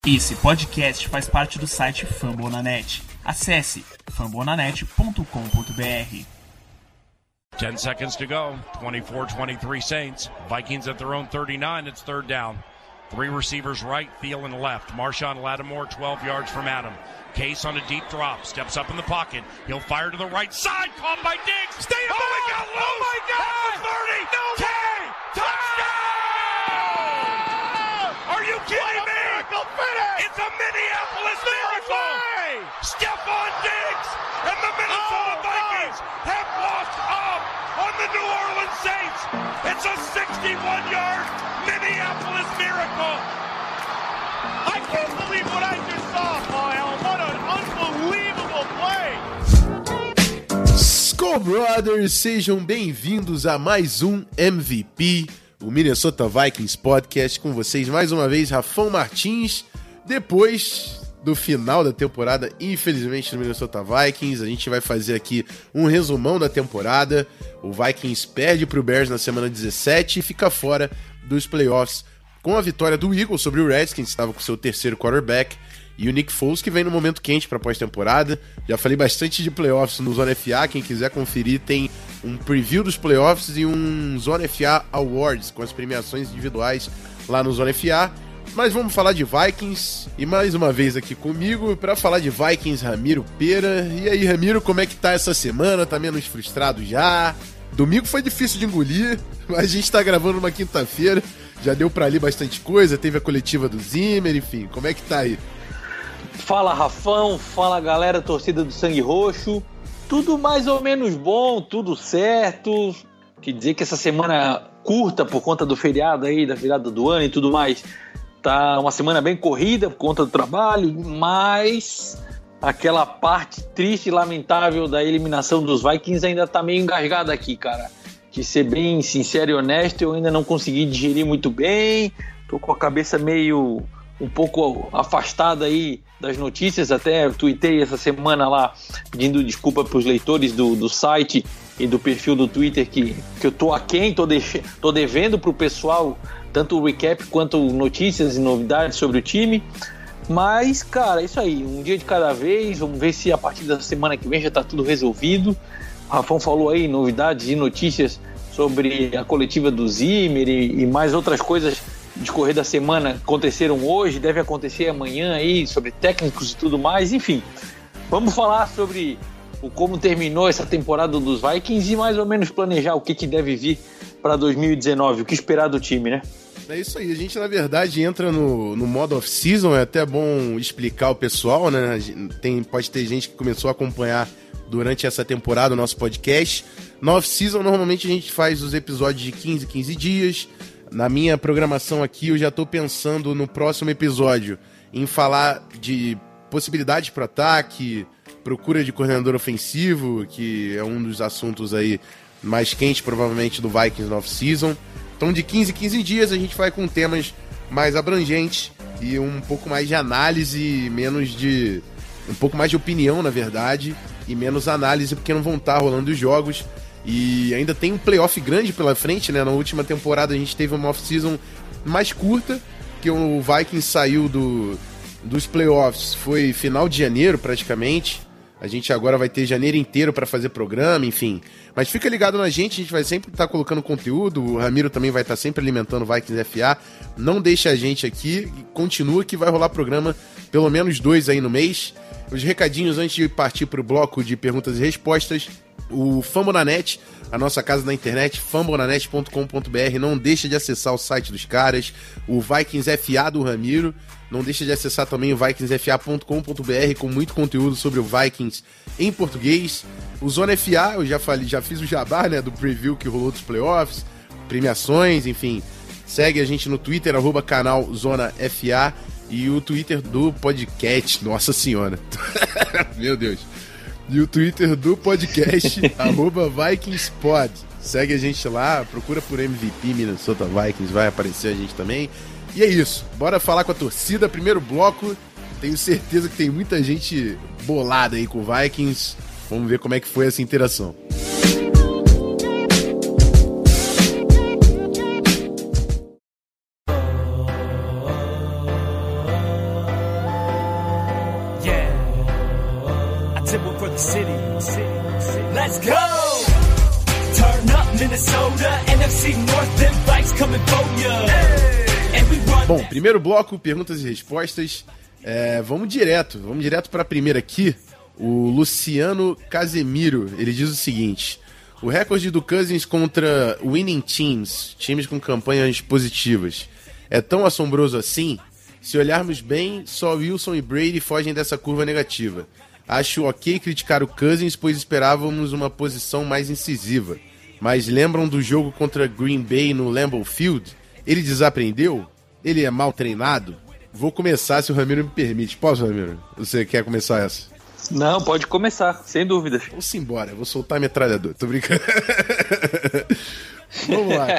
Esse podcast faz parte do site Fambonanet. Acesse fambonanet.com.br. 10 seconds to go. 24-23 Saints. Vikings at their own 39. It's third down. Three receivers right, Thielen left. Marshawn Lattimore 12 yards from Adam. Case on a deep drop. Steps up in the pocket. He'll fire to the right side. Caught by Diggs. Stay up. Oh, he got loose. Oh, my God. 30. No way. Touchdown. Are you kidding me? It's a Minneapolis miracle. Stephon Diggs and the Minnesota Vikings have walked up on the New Orleans Saints. It's a 61-yard Minneapolis miracle. I can't believe what I just saw, Paul Allen. What an unbelievable play. Skol Brothers, sejam bem-vindos a mais um MVP, o Minnesota Vikings Podcast, com vocês mais uma vez, Rafão Martins. Depois do final da temporada, infelizmente, do Minnesota Vikings, a gente vai fazer aqui um resumão da temporada. O Vikings perde para o Bears na semana 17 e fica fora dos playoffs com a vitória do Eagles sobre o Redskins, que estava com seu terceiro quarterback, e o Nick Foles, que vem no momento quente para pós-temporada. Já falei bastante de playoffs no Zona FA, quem quiser conferir tem um preview dos playoffs e um Zona FA Awards, com as premiações individuais lá no Zona FA. Mas vamos falar de Vikings, e mais uma vez aqui comigo, para falar de Vikings, Ramiro Pera. E aí, Ramiro, como é que tá essa semana? Tá menos frustrado já? Domingo foi difícil de engolir, mas a gente tá gravando numa quinta-feira, já deu pra ler bastante coisa, teve a coletiva do Zimmer, enfim, como é que tá aí? Fala, Rafão, fala, galera, torcida do Sangue Roxo. Tudo mais ou menos bom, tudo certo. Quer dizer que essa semana curta por conta do feriado aí, da virada do ano e tudo mais, tá uma semana bem corrida por conta do trabalho, mas aquela parte triste e lamentável da eliminação dos Vikings ainda tá meio engasgada aqui, cara. De ser bem sincero e honesto, eu ainda não consegui digerir muito bem, tô com a cabeça meio um pouco afastada aí das notícias, até tuitei essa semana lá pedindo desculpa pros leitores do site e do perfil do Twitter que eu tô aquém, tô devendo pro pessoal tanto o recap quanto notícias e novidades sobre o time. Mas, cara, é isso aí, um dia de cada vez. Vamos ver se a partir da semana que vem já tá tudo resolvido. O Rafão falou aí novidades e notícias sobre a coletiva do Zimmer e mais outras coisas de correr da semana aconteceram hoje, deve acontecer amanhã aí, sobre técnicos e tudo mais. Enfim, vamos falar sobre como terminou essa temporada dos Vikings e mais ou menos planejar o que deve vir para 2019, o que esperar do time, né? É isso aí, a gente na verdade entra no modo off-season, é até bom explicar ao pessoal, né? Pode ter gente que começou a acompanhar durante essa temporada o nosso podcast. Na off-season normalmente a gente faz os episódios de 15 dias. Na minha programação aqui eu já estou pensando no próximo episódio em falar de possibilidades para ataque, procura de coordenador ofensivo, que é um dos assuntos aí mais quentes provavelmente do Vikings na off-season. Então de 15 dias a gente vai com temas mais abrangentes e um pouco mais de análise, um pouco mais de opinião, na verdade, e menos análise, porque não vão estar rolando os jogos. E ainda tem um playoff grande pela frente, né? Na última temporada a gente teve uma off-season mais curta, que o Vikings saiu dos playoffs, foi final de janeiro praticamente. A gente agora vai ter janeiro inteiro para fazer programa, enfim. Mas fica ligado na gente, a gente vai sempre estar colocando conteúdo. O Ramiro também vai estar sempre alimentando o Vikings FA. Não deixa a gente aqui, continua que vai rolar programa, pelo menos 2 aí no mês. Os recadinhos antes de partir para o bloco de perguntas e respostas. O Fambonanet, a nossa casa na internet, fambonanet.com.br. Não deixa de acessar o site dos caras. O Vikings FA do Ramiro. Não deixa de acessar também o vikingsfa.com.br com muito conteúdo sobre o Vikings em português. O Zona FA, eu já fiz o jabá, né, do preview que rolou dos playoffs, premiações, enfim. Segue a gente no Twitter, @canal Zona FA, e o Twitter do podcast, nossa senhora. Meu Deus. E o Twitter do podcast, @VikingsPod. Segue a gente lá, procura por MVP Minnesota Vikings, vai aparecer a gente também. E é isso, bora falar com a torcida, primeiro bloco. Tenho certeza que tem muita gente bolada aí com o Vikings. Vamos ver como é que foi essa interação. symbol for the city. Let's go! Turn up Minnesota, NFC North, them bikes coming for ya. Bom, primeiro bloco, perguntas e respostas. Vamos direto para a primeira aqui. O Luciano Casemiro, ele diz o seguinte: o recorde do Cousins contra winning teams, times com campanhas positivas, é tão assombroso assim? Se olharmos bem, só Wilson e Brady fogem dessa curva negativa. Acho ok criticar o Cousins, pois esperávamos uma posição mais incisiva. Mas lembram do jogo contra Green Bay no Lambeau Field? Ele desaprendeu? Ele é mal treinado? Vou começar, se o Ramiro me permite. Posso, Ramiro? Você quer começar essa? Não, pode começar, sem dúvidas. Vamos embora, vou soltar a metralhadora. Tô brincando. Vamos lá,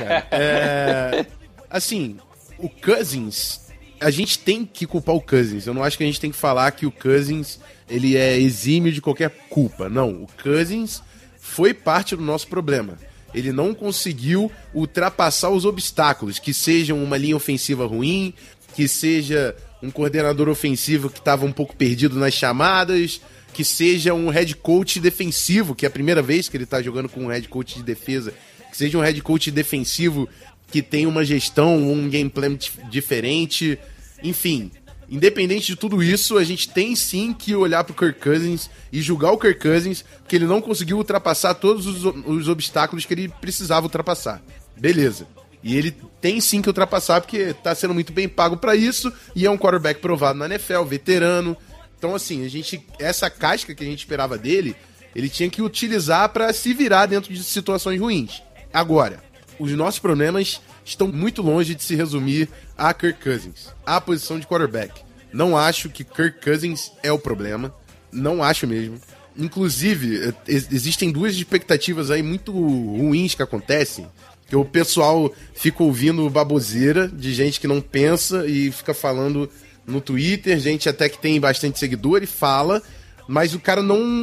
cara. Assim, o Cousins, a gente tem que culpar o Cousins. Eu não acho que a gente tem que falar que o Cousins ele é exímio de qualquer culpa. Não, o Cousins foi parte do nosso problema. Ele não conseguiu ultrapassar os obstáculos, que sejam uma linha ofensiva ruim, que seja um coordenador ofensivo que estava um pouco perdido nas chamadas, que seja um head coach defensivo, que é a primeira vez que ele está jogando com um head coach de defesa, que seja um head coach defensivo que tem uma gestão, um game plan diferente, enfim. Independente de tudo isso, a gente tem sim que olhar pro Kirk Cousins e julgar o Kirk Cousins, porque ele não conseguiu ultrapassar todos os obstáculos que ele precisava ultrapassar. Beleza. E ele tem sim que ultrapassar, porque tá sendo muito bem pago pra isso, e é um quarterback provado na NFL, veterano. Então, assim, essa casca que a gente esperava dele, ele tinha que utilizar pra se virar dentro de situações ruins. Agora, os nossos problemas estão muito longe de se resumir a Kirk Cousins, a posição de quarterback. Não acho que Kirk Cousins é o problema, não acho mesmo. Inclusive, existem duas expectativas aí muito ruins que acontecem, que o pessoal fica ouvindo baboseira de gente que não pensa e fica falando no Twitter, gente até que tem bastante seguidor e fala, mas o cara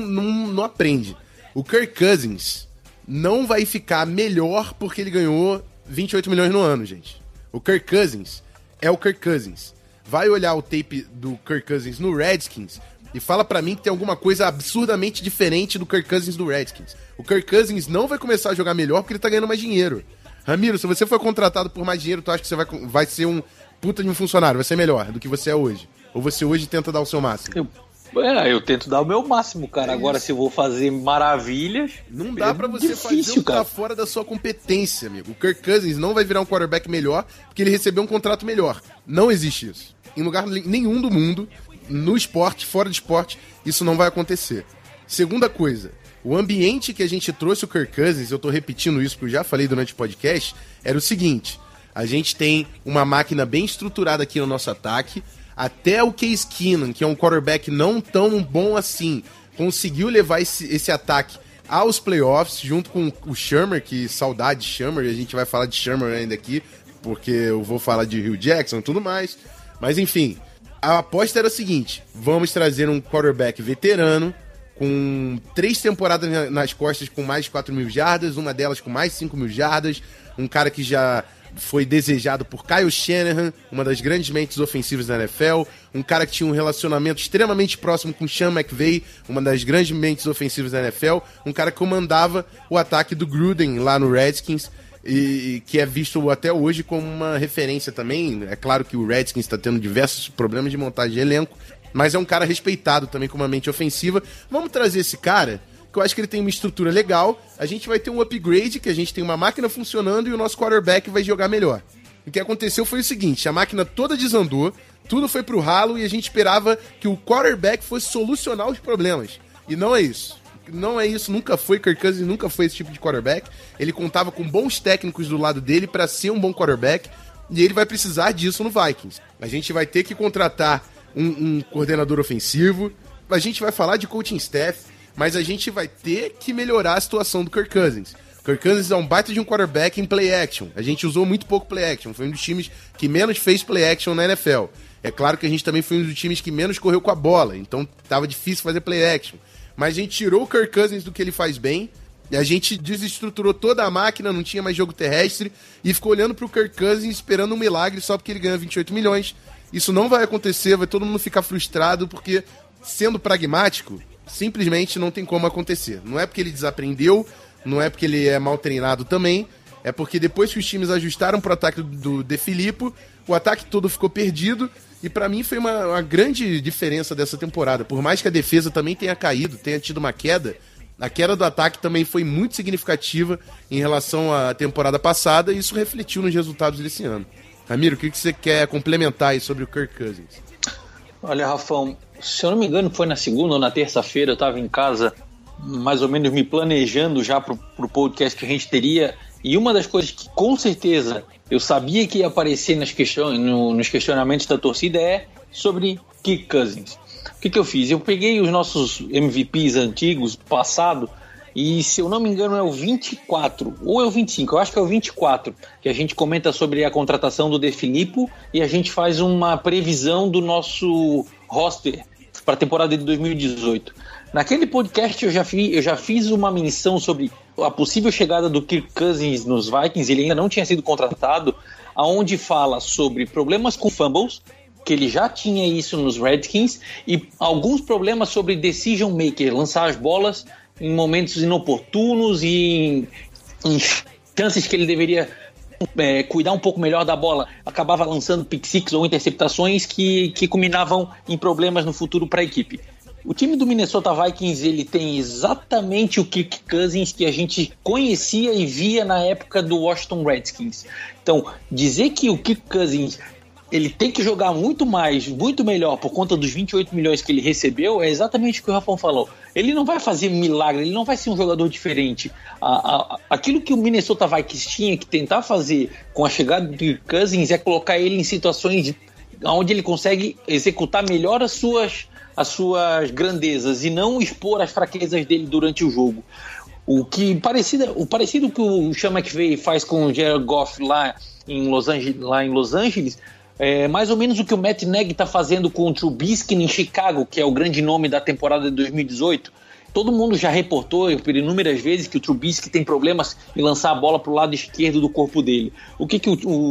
não aprende. O Kirk Cousins não vai ficar melhor porque ele ganhou 28 milhões no ano, gente. O Kirk Cousins é o Kirk Cousins. Vai olhar o tape do Kirk Cousins no Redskins e fala pra mim que tem alguma coisa absurdamente diferente do Kirk Cousins do Redskins. O Kirk Cousins não vai começar a jogar melhor porque ele tá ganhando mais dinheiro. Ramiro, se você for contratado por mais dinheiro, tu acha que você vai ser um puta de um funcionário, vai ser melhor do que você é hoje? Ou você hoje tenta dar o seu máximo? Eu tento dar o meu máximo, cara. Agora, se eu vou fazer maravilhas... Não dá pra você fazer o que tá fora da sua competência, amigo. O Kirk Cousins não vai virar um quarterback melhor porque ele recebeu um contrato melhor. Não existe isso. Em lugar nenhum do mundo, no esporte, fora do esporte, isso não vai acontecer. Segunda coisa, o ambiente que a gente trouxe o Kirk Cousins, eu tô repetindo isso porque eu já falei durante o podcast, era o seguinte: a gente tem uma máquina bem estruturada aqui no nosso ataque. Até o Case Keenum, que é um quarterback não tão bom assim, conseguiu levar esse ataque aos playoffs, junto com o Shurmur, que saudade de Shurmur, e a gente vai falar de Shurmur ainda aqui, porque eu vou falar de Hugh Jackson e tudo mais. Mas enfim, a aposta era a seguinte: vamos trazer um quarterback veterano, com 3 temporadas nas costas com mais de 4 mil jardas, uma delas com mais de 5 mil jardas, um cara que já foi desejado por Kyle Shanahan, uma das grandes mentes ofensivas da NFL, um cara que tinha um relacionamento extremamente próximo com Sean McVay, uma das grandes mentes ofensivas da NFL, um cara que comandava o ataque do Gruden lá no Redskins, e que é visto até hoje como uma referência também. É claro que o Redskins está tendo diversos problemas de montagem de elenco, mas é um cara respeitado também como uma mente ofensiva. Vamos trazer esse cara, que eu acho que ele tem uma estrutura legal, a gente vai ter um upgrade, que a gente tem uma máquina funcionando e o nosso quarterback vai jogar melhor. O que aconteceu foi o seguinte: a máquina toda desandou, tudo foi pro ralo e a gente esperava que o quarterback fosse solucionar os problemas. E não é isso. Não é isso, nunca foi. Kirk Cousins nunca foi esse tipo de quarterback. Ele contava com bons técnicos do lado dele para ser um bom quarterback, e ele vai precisar disso no Vikings. A gente vai ter que contratar um coordenador ofensivo, a gente vai falar de coaching staff, mas a gente vai ter que melhorar a situação do Kirk Cousins. Kirk Cousins é um baita de um quarterback em play action. A gente usou muito pouco play action. Foi um dos times que menos fez play action na NFL. É claro que a gente também foi um dos times que menos correu com a bola, então tava difícil fazer play action. Mas a gente tirou o Kirk Cousins do que ele faz bem, e a gente desestruturou toda a máquina, não tinha mais jogo terrestre, e ficou olhando pro Kirk Cousins esperando um milagre só porque ele ganha 28 milhões. Isso não vai acontecer, vai todo mundo ficar frustrado, porque, sendo pragmático, simplesmente não tem como acontecer. Não é porque ele desaprendeu, não é porque ele é mal treinado também, é porque depois que os times ajustaram pro ataque do De Filippo, o ataque todo ficou perdido, e pra mim foi uma grande diferença dessa temporada. Por mais que a defesa também tenha caído, tenha tido uma queda, a queda do ataque também foi muito significativa em relação à temporada passada, e isso refletiu nos resultados desse ano. Ramiro, o que você quer complementar aí sobre o Kirk Cousins? Olha, Rafão, se eu não me engano foi na segunda ou na terça-feira, eu estava em casa mais ou menos me planejando já pro podcast que a gente teria, e uma das coisas que com certeza eu sabia que ia aparecer nos questionamentos da torcida é sobre Kirk Cousins. O que eu fiz? Eu peguei os nossos MVPs antigos, passado, e se eu não me engano é o 24 ou é o 25, eu acho que é o 24, que a gente comenta sobre a contratação do De Filippo e a gente faz uma previsão do nosso roster para a temporada de 2018. Naquele podcast eu já fiz uma menção sobre a possível chegada do Kirk Cousins nos Vikings, ele ainda não tinha sido contratado, aonde fala sobre problemas com fumbles, que ele já tinha isso nos Redskins, e alguns problemas sobre decision maker, lançar as bolas em momentos inoportunos e em chances que ele deveria cuidar um pouco melhor da bola, acabava lançando pick six ou interceptações que culminavam em problemas no futuro para a equipe. O time do Minnesota Vikings, ele tem exatamente o Kirk Cousins que a gente conhecia e via na época do Washington Redskins. Então, dizer que o Kirk Cousins ele tem que jogar muito mais, muito melhor por conta dos 28 milhões que ele recebeu, é exatamente o que o Rafão falou. Ele não vai fazer milagre, ele não vai ser um jogador diferente. Aquilo que o Minnesota Vikings tinha que tentar fazer com a chegada do Kirk Cousins é colocar ele em situações onde ele consegue executar melhor as suas grandezas e não expor as fraquezas dele durante o jogo. O parecido que o Sean McVay faz com o Jared Goff lá em Los Angeles, é mais ou menos o que o Matt Nagy está fazendo com o Trubisky em Chicago, que é o grande nome da temporada de 2018. Todo mundo já reportou por inúmeras vezes que o Trubisky tem problemas em lançar a bola para o lado esquerdo do corpo dele. O que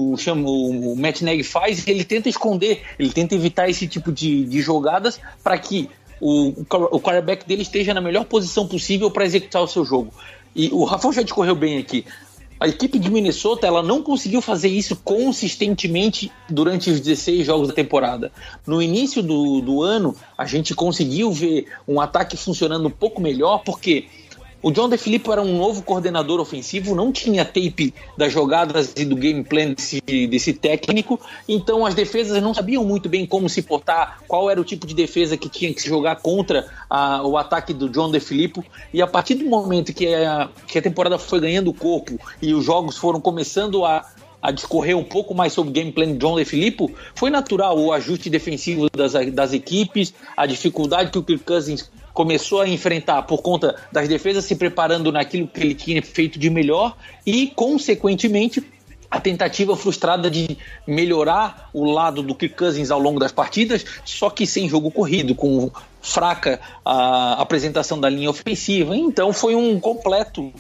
o Matt Nagy faz? Ele tenta esconder, ele tenta evitar esse tipo de jogadas para que o quarterback dele esteja na melhor posição possível para executar o seu jogo. E o Rafael já discorreu bem aqui. A equipe de Minnesota ela não conseguiu fazer isso consistentemente durante os 16 jogos da temporada. No início do ano, a gente conseguiu ver um ataque funcionando um pouco melhor, porque o John De Filippo era um novo coordenador ofensivo, não tinha tape das jogadas e do game plan desse técnico, então as defesas não sabiam muito bem como se portar, qual era o tipo de defesa que tinha que se jogar contra o ataque do John De Filippo, e a partir do momento que a temporada foi ganhando corpo e os jogos foram começando a discorrer um pouco mais sobre o game plan de John De Filippo, foi natural o ajuste defensivo das equipes, a dificuldade que o Kirk Cousins começou a enfrentar por conta das defesas se preparando naquilo que ele tinha feito de melhor e, consequentemente, a tentativa frustrada de melhorar o lado do Kirk Cousins ao longo das partidas, só que sem jogo corrido, com fraca apresentação da linha ofensiva. Então foi um completo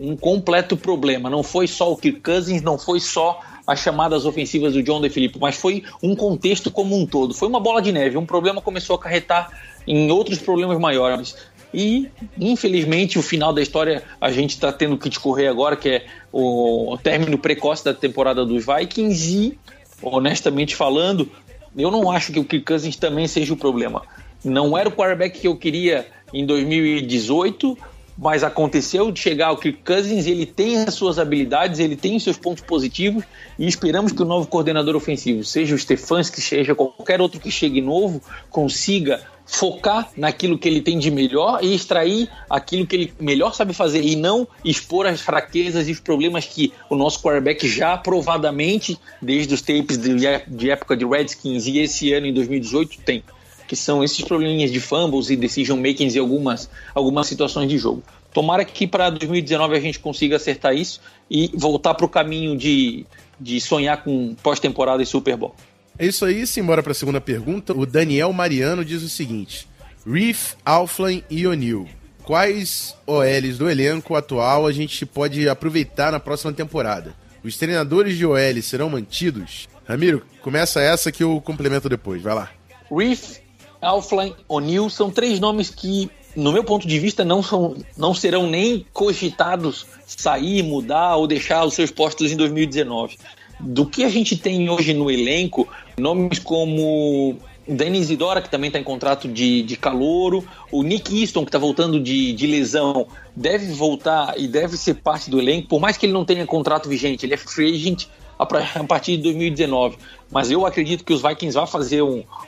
problema. Não foi só o Kirk Cousins, não foi só as chamadas ofensivas do John De Filippo, mas foi um contexto como um todo. Foi uma bola de neve, um problema começou a acarretar em outros problemas maiores. E, infelizmente, o final da história a gente está tendo que discorrer agora, que é o término precoce da temporada dos Vikings. E, honestamente falando, eu não acho que o Kirk Cousins também seja o problema. Não era o quarterback que eu queria em 2018, mas aconteceu de chegar o Kirk Cousins, ele tem as suas habilidades, ele tem os seus pontos positivos, e esperamos que o novo coordenador ofensivo, seja o Stefanski, seja qualquer outro que chegue novo, consiga focar naquilo que ele tem de melhor e extrair aquilo que ele melhor sabe fazer e não expor as fraquezas e os problemas que o nosso quarterback já provadamente, desde os tapes de época de Redskins e esse ano em 2018, tem, que são esses probleminhas de fumbles e decision makings e algumas situações de jogo. Tomara que para 2019 a gente consiga acertar isso e voltar para o caminho de sonhar com pós-temporada e Super Bowl. É isso aí, simbora para a segunda pergunta. O Daniel Mariano diz o seguinte: Reef, Alflin e O'Neal, quais OLs do elenco atual a gente pode aproveitar na próxima temporada? Os treinadores de OL serão mantidos? Ramiro, começa essa que eu complemento depois, vai lá. Reef, Alflin, O'Neal são três nomes que no meu ponto de vista, não serão nem cogitados sair, mudar ou deixar os seus postos em 2019. Do que a gente tem hoje no elenco, nomes como o Denis Isidora, que também está em contrato de calouro, o Nick Easton, que está voltando de lesão, deve voltar e deve ser parte do elenco, por mais que ele não tenha contrato vigente, ele é free agent a partir de 2019. Mas eu acredito que os Vikings vão fazer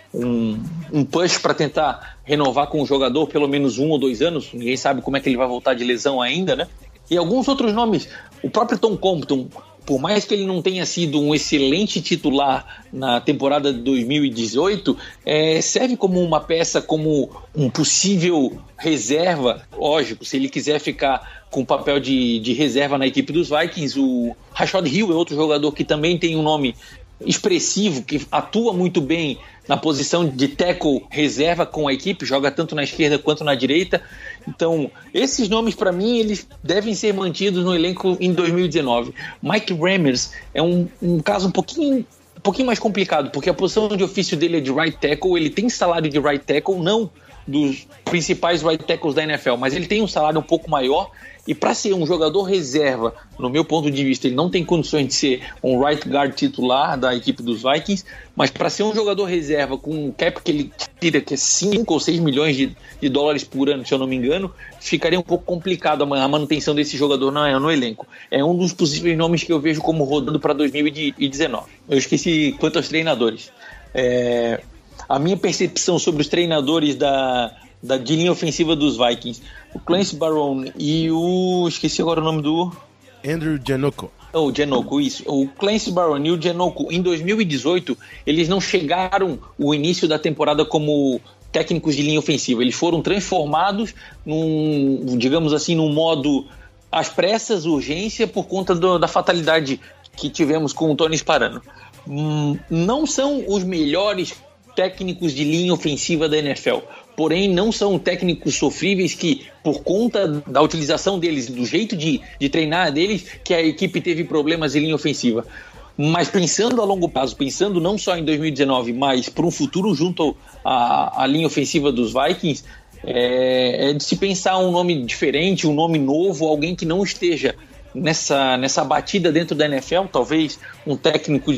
um push para tentar renovar com o jogador pelo menos 1 ou 2 anos. Ninguém sabe como é que ele vai voltar de lesão ainda, né? E alguns outros nomes, o próprio Tom Compton, por mais que ele não tenha sido um excelente titular na temporada de 2018, serve como uma peça, como um possível reserva. Lógico, se ele quiser ficar com papel de reserva na equipe dos Vikings. O Rashad Hill é outro jogador que também tem um nome expressivo, que atua muito bem na posição de tackle reserva com a equipe, joga tanto na esquerda quanto na direita. Então, esses nomes, para mim, eles devem ser mantidos no elenco em 2019. Mike Remmers é um caso um pouquinho mais complicado, porque a posição de ofício dele é de right tackle, ele tem salário de right tackle, não dos principais right tackles da NFL, mas ele tem um salário um pouco maior, e para ser um jogador reserva, no meu ponto de vista, ele não tem condições de ser um right guard titular da equipe dos Vikings, mas para ser um jogador reserva com um cap que ele tira, que é 5 ou 6 milhões de dólares por ano, se eu não me engano, ficaria um pouco complicado a manutenção desse jogador no elenco. É um dos possíveis nomes que eu vejo como rodando para 2019. Eu esqueci quanto aos treinadores. A minha percepção sobre os treinadores de linha ofensiva dos Vikings, o Clancy Barone e esqueci agora o nome do... Andrew Janocko. O Janocko, isso. O Clancy Barone e o Janocko, em 2018, eles não chegaram o início da temporada como técnicos de linha ofensiva. Eles foram transformados digamos assim, num modo às pressas, urgência, por conta da fatalidade que tivemos com o Tony Sparano. Não são os melhores técnicos de linha ofensiva da NFL, porém não são técnicos sofríveis que, por conta da utilização deles, do jeito de treinar deles, que a equipe teve problemas em linha ofensiva. Mas pensando a longo prazo, pensando não só em 2019, mas para um futuro junto à linha ofensiva dos Vikings, é de se pensar um nome diferente, um nome novo, alguém que não esteja nessa batida dentro da NFL. Talvez um técnico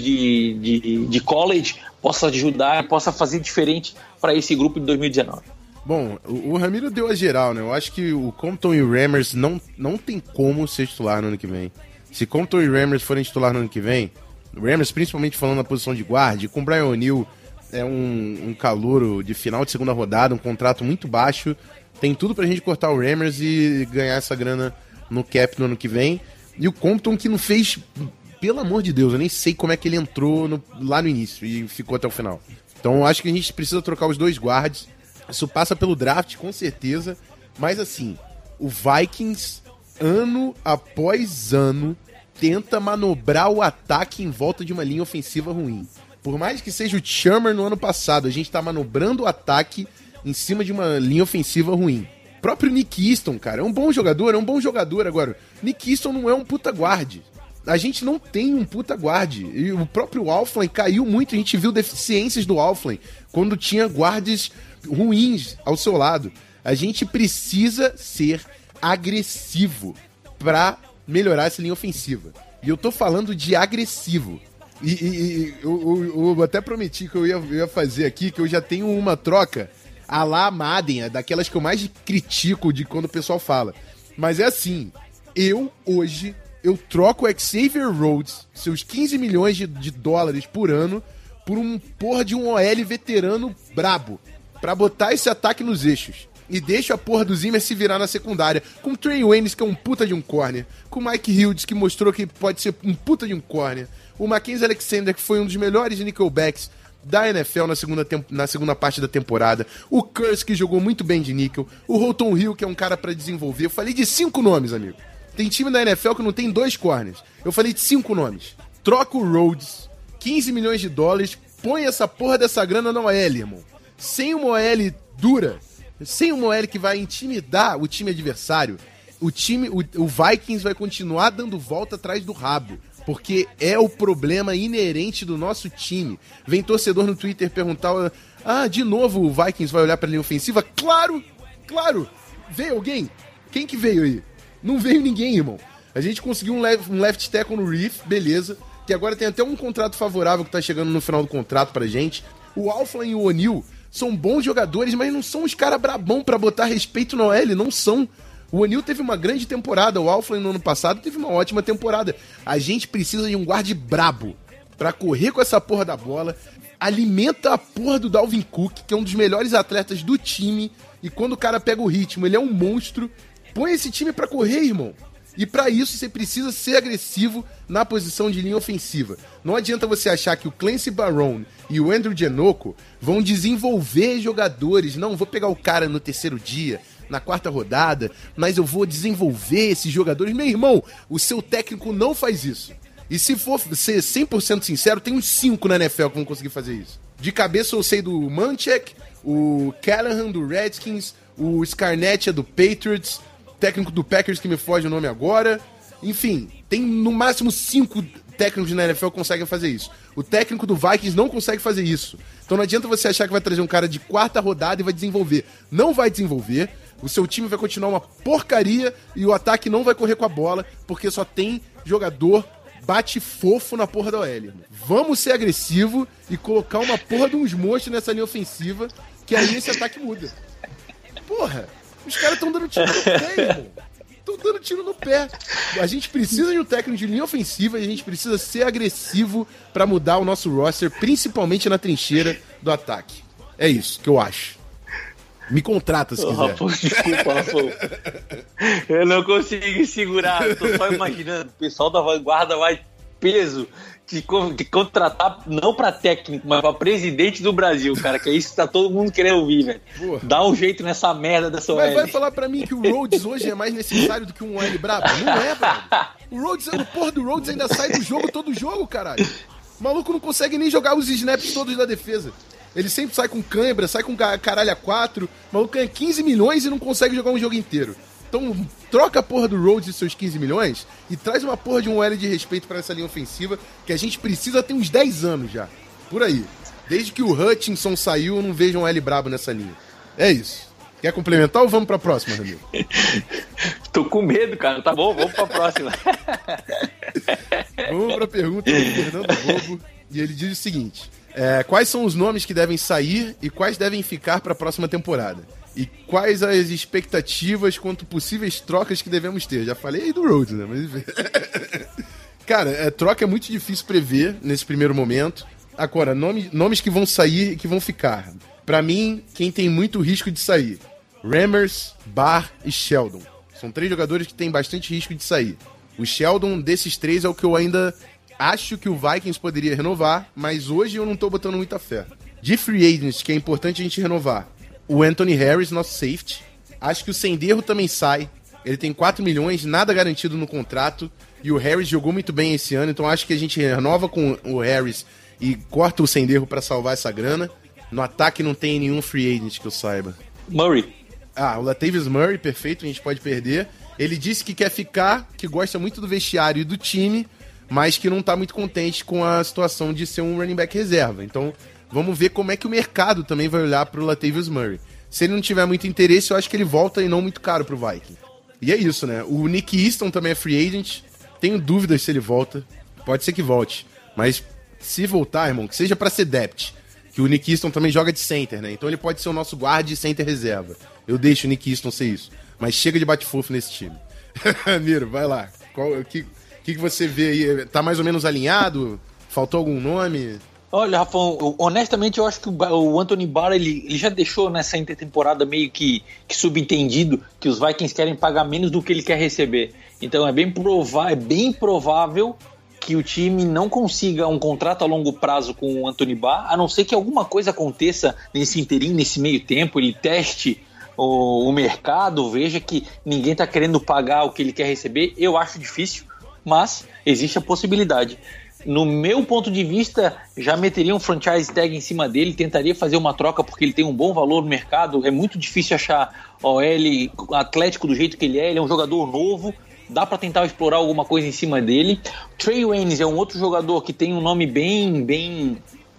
de college possa ajudar, possa fazer diferente para esse grupo de 2019. Bom, o Ramiro deu a geral, né? Eu acho que o Compton e o Remmers não tem como ser titular no ano que vem. Se Compton e Remmers forem titular no ano que vem, o Remmers principalmente falando na posição de guarda, com o Brian O'Neill é um calouro de final de segunda rodada, um contrato muito baixo, tem tudo pra gente cortar o Remmers e ganhar essa grana no cap no ano que vem. E o Compton, que não fez, pelo amor de Deus, eu nem sei como é que ele entrou lá no início e ficou até o final. Então eu acho que a gente precisa trocar os dois guards. Isso passa pelo draft, com certeza. Mas assim, o Vikings, ano após ano, tenta manobrar o ataque em volta de uma linha ofensiva ruim. Por mais que seja o Shermer no ano passado, a gente tá manobrando o ataque em cima de uma linha ofensiva ruim. O próprio Nick Easton, cara, é um bom jogador. Agora, Nick Easton não é um puta guarde. A gente não tem um puta guarde. E o próprio Alflin caiu muito. A gente viu deficiências do Alflin quando tinha guardes ruins ao seu lado. A gente precisa ser agressivo pra melhorar essa linha ofensiva. E eu tô falando de agressivo. Eu até prometi que eu ia fazer aqui, que eu já tenho uma troca a lá Madden, daquelas que eu mais critico de quando o pessoal fala. Mas é assim, hoje eu troco o Xavier Rhodes, seus 15 milhões de dólares por ano, por um porra de um OL veterano brabo, pra botar esse ataque nos eixos. E deixa a porra do Zimmer se virar na secundária, com o Trey Waynes, que é um puta de um corner, com o Mike Hildes, que mostrou que pode ser um puta de um corner, o Mackenzie Alexander, que foi um dos melhores nickelbacks da NFL na segunda parte da temporada, o Curse, que jogou muito bem de níquel, o Holton Hill, que é um cara pra desenvolver. Eu falei de 5 nomes, amigo. Tem time da NFL que não tem 2 corners. Eu falei de 5 nomes. Troca o Rhodes, 15 milhões de dólares, põe essa porra dessa grana na OL, irmão. Sem uma OL dura, sem uma OL que vai intimidar o time adversário, o Vikings vai continuar dando volta atrás do rabo. Porque é o problema inerente do nosso time. Vem torcedor no Twitter perguntar: de novo o Vikings vai olhar pra linha ofensiva? Claro Claro, veio alguém? Quem que veio aí? Não veio ninguém, irmão. A gente conseguiu um left tackle no Reef, beleza, que agora tem até um contrato favorável que tá chegando no final do contrato pra gente. O Alflin e o O'Neal são bons jogadores, mas não são os caras brabão pra botar respeito na OL, não são. O O'Neal teve uma grande temporada, o Alflin no ano passado teve uma ótima temporada. A gente precisa de um guarde brabo pra correr com essa porra da bola. Alimenta a porra do Dalvin Cook, que é um dos melhores atletas do time, e quando o cara pega o ritmo, ele é um monstro. Põe esse time pra correr, irmão. E pra isso você precisa ser agressivo na posição de linha ofensiva. Não adianta você achar que o Clancy Barone e o Andrew Janocko vão desenvolver jogadores. Não, vou pegar o cara no terceiro dia, na quarta rodada, mas eu vou desenvolver esses jogadores. Meu irmão, o seu técnico não faz isso. E se for ser 100% sincero, tem uns 5 na NFL que vão conseguir fazer isso. De cabeça eu sei do Munchak, o Callahan do Redskins, o Scarnett do Patriots, técnico do Packers que me foge o nome agora. Enfim, tem no máximo 5 técnicos na NFL que conseguem fazer isso. O técnico do Vikings não consegue fazer isso. Então não adianta você achar que vai trazer um cara de quarta rodada e vai desenvolver. Não vai desenvolver. O seu time vai continuar uma porcaria e o ataque não vai correr com a bola porque só tem jogador bate fofo na porra da OL. Vamos ser agressivo e colocar uma porra de uns monstros nessa linha ofensiva que aí esse ataque muda. Porra, os caras estão dando tiro no pé, irmão. Estão dando tiro no pé. A gente precisa de um técnico de linha ofensiva e a gente precisa ser agressivo pra mudar o nosso roster, principalmente na trincheira do ataque. É isso que eu acho. Me contrata se quiser. Rafa, desculpa, Rafa. Eu não consigo segurar. Tô só imaginando. O pessoal da vanguarda vai peso de contratar, não pra técnico, mas pra presidente do Brasil, cara. Que é isso que tá todo mundo querendo ouvir, velho. Dá um jeito nessa merda dessa OL. Mas vai falar pra mim que o Rhodes hoje é mais necessário do que um OL brabo? Não é, velho. O porra do Rhodes ainda sai do jogo todo jogo, caralho. O maluco não consegue nem jogar os snaps todos da defesa. Ele sempre sai com cãibra, sai com caralho a 4. O maluco ganha 15 milhões e não consegue jogar um jogo inteiro. Então troca a porra do Rhodes e seus 15 milhões e traz uma porra de um OL de respeito pra essa linha ofensiva que a gente precisa ter uns 10 anos já. Por aí. Desde que o Hutchinson saiu, eu não vejo um OL brabo nessa linha. É isso. Quer complementar ou vamos pra próxima, Ramiro? Tô com medo, cara. Tá bom, vamos pra próxima. Vamos pra pergunta do Fernando Bobo. E ele diz o seguinte... quais são os nomes que devem sair e quais devem ficar para a próxima temporada? E quais as expectativas quanto possíveis trocas que devemos ter? Já falei aí do Rhodes, né? Mas... Cara, troca é muito difícil prever nesse primeiro momento. Agora, nomes que vão sair e que vão ficar. Para mim, quem tem muito risco de sair? Rammers, Barr e Sheldon. São 3 jogadores que têm bastante risco de sair. O Sheldon, desses 3, é o que eu ainda... acho que o Vikings poderia renovar, mas hoje eu não tô botando muita fé. De free agents, que é importante a gente renovar, o Anthony Harris, nosso safety. Acho que o Senderro também sai. Ele tem 4 milhões, nada garantido no contrato. E o Harris jogou muito bem esse ano, então acho que a gente renova com o Harris e corta o Senderro pra salvar essa grana. No ataque não tem nenhum free agent que eu saiba. Murray. O Latavius Murray, perfeito, a gente pode perder. Ele disse que quer ficar, que gosta muito do vestiário e do time, mas que não tá muito contente com a situação de ser um running back reserva. Então, vamos ver como é que o mercado também vai olhar pro Latavius Murray. Se ele não tiver muito interesse, eu acho que ele volta e não muito caro pro Viking. E é isso, né? O Nick Easton também é free agent. Tenho dúvidas se ele volta. Pode ser que volte. Mas se voltar, irmão, que seja pra ser depth. Que o Nick Easton também joga de center, né? Então ele pode ser o nosso guarda e center reserva. Eu deixo o Nick Easton ser isso. Mas chega de bate-fofo nesse time. Miro, vai lá. O que você vê aí? Tá mais ou menos alinhado? Faltou algum nome? Olha, Rafão, honestamente eu acho que o Anthony Barr ele já deixou nessa intertemporada meio que subentendido que os Vikings querem pagar menos do que ele quer receber. Então é bem provável que o time não consiga um contrato a longo prazo com o Anthony Barr, a não ser que alguma coisa aconteça nesse interim, nesse meio tempo, ele teste o mercado, veja que ninguém está querendo pagar o que ele quer receber. Eu acho difícil, mas existe a possibilidade. No meu ponto de vista, já meteria um franchise tag em cima dele, tentaria fazer uma troca porque ele tem um bom valor no mercado. É muito difícil achar OL atlético do jeito que ele é um jogador novo, dá para tentar explorar alguma coisa em cima dele. Trey Waynes é um outro jogador que tem um nome bem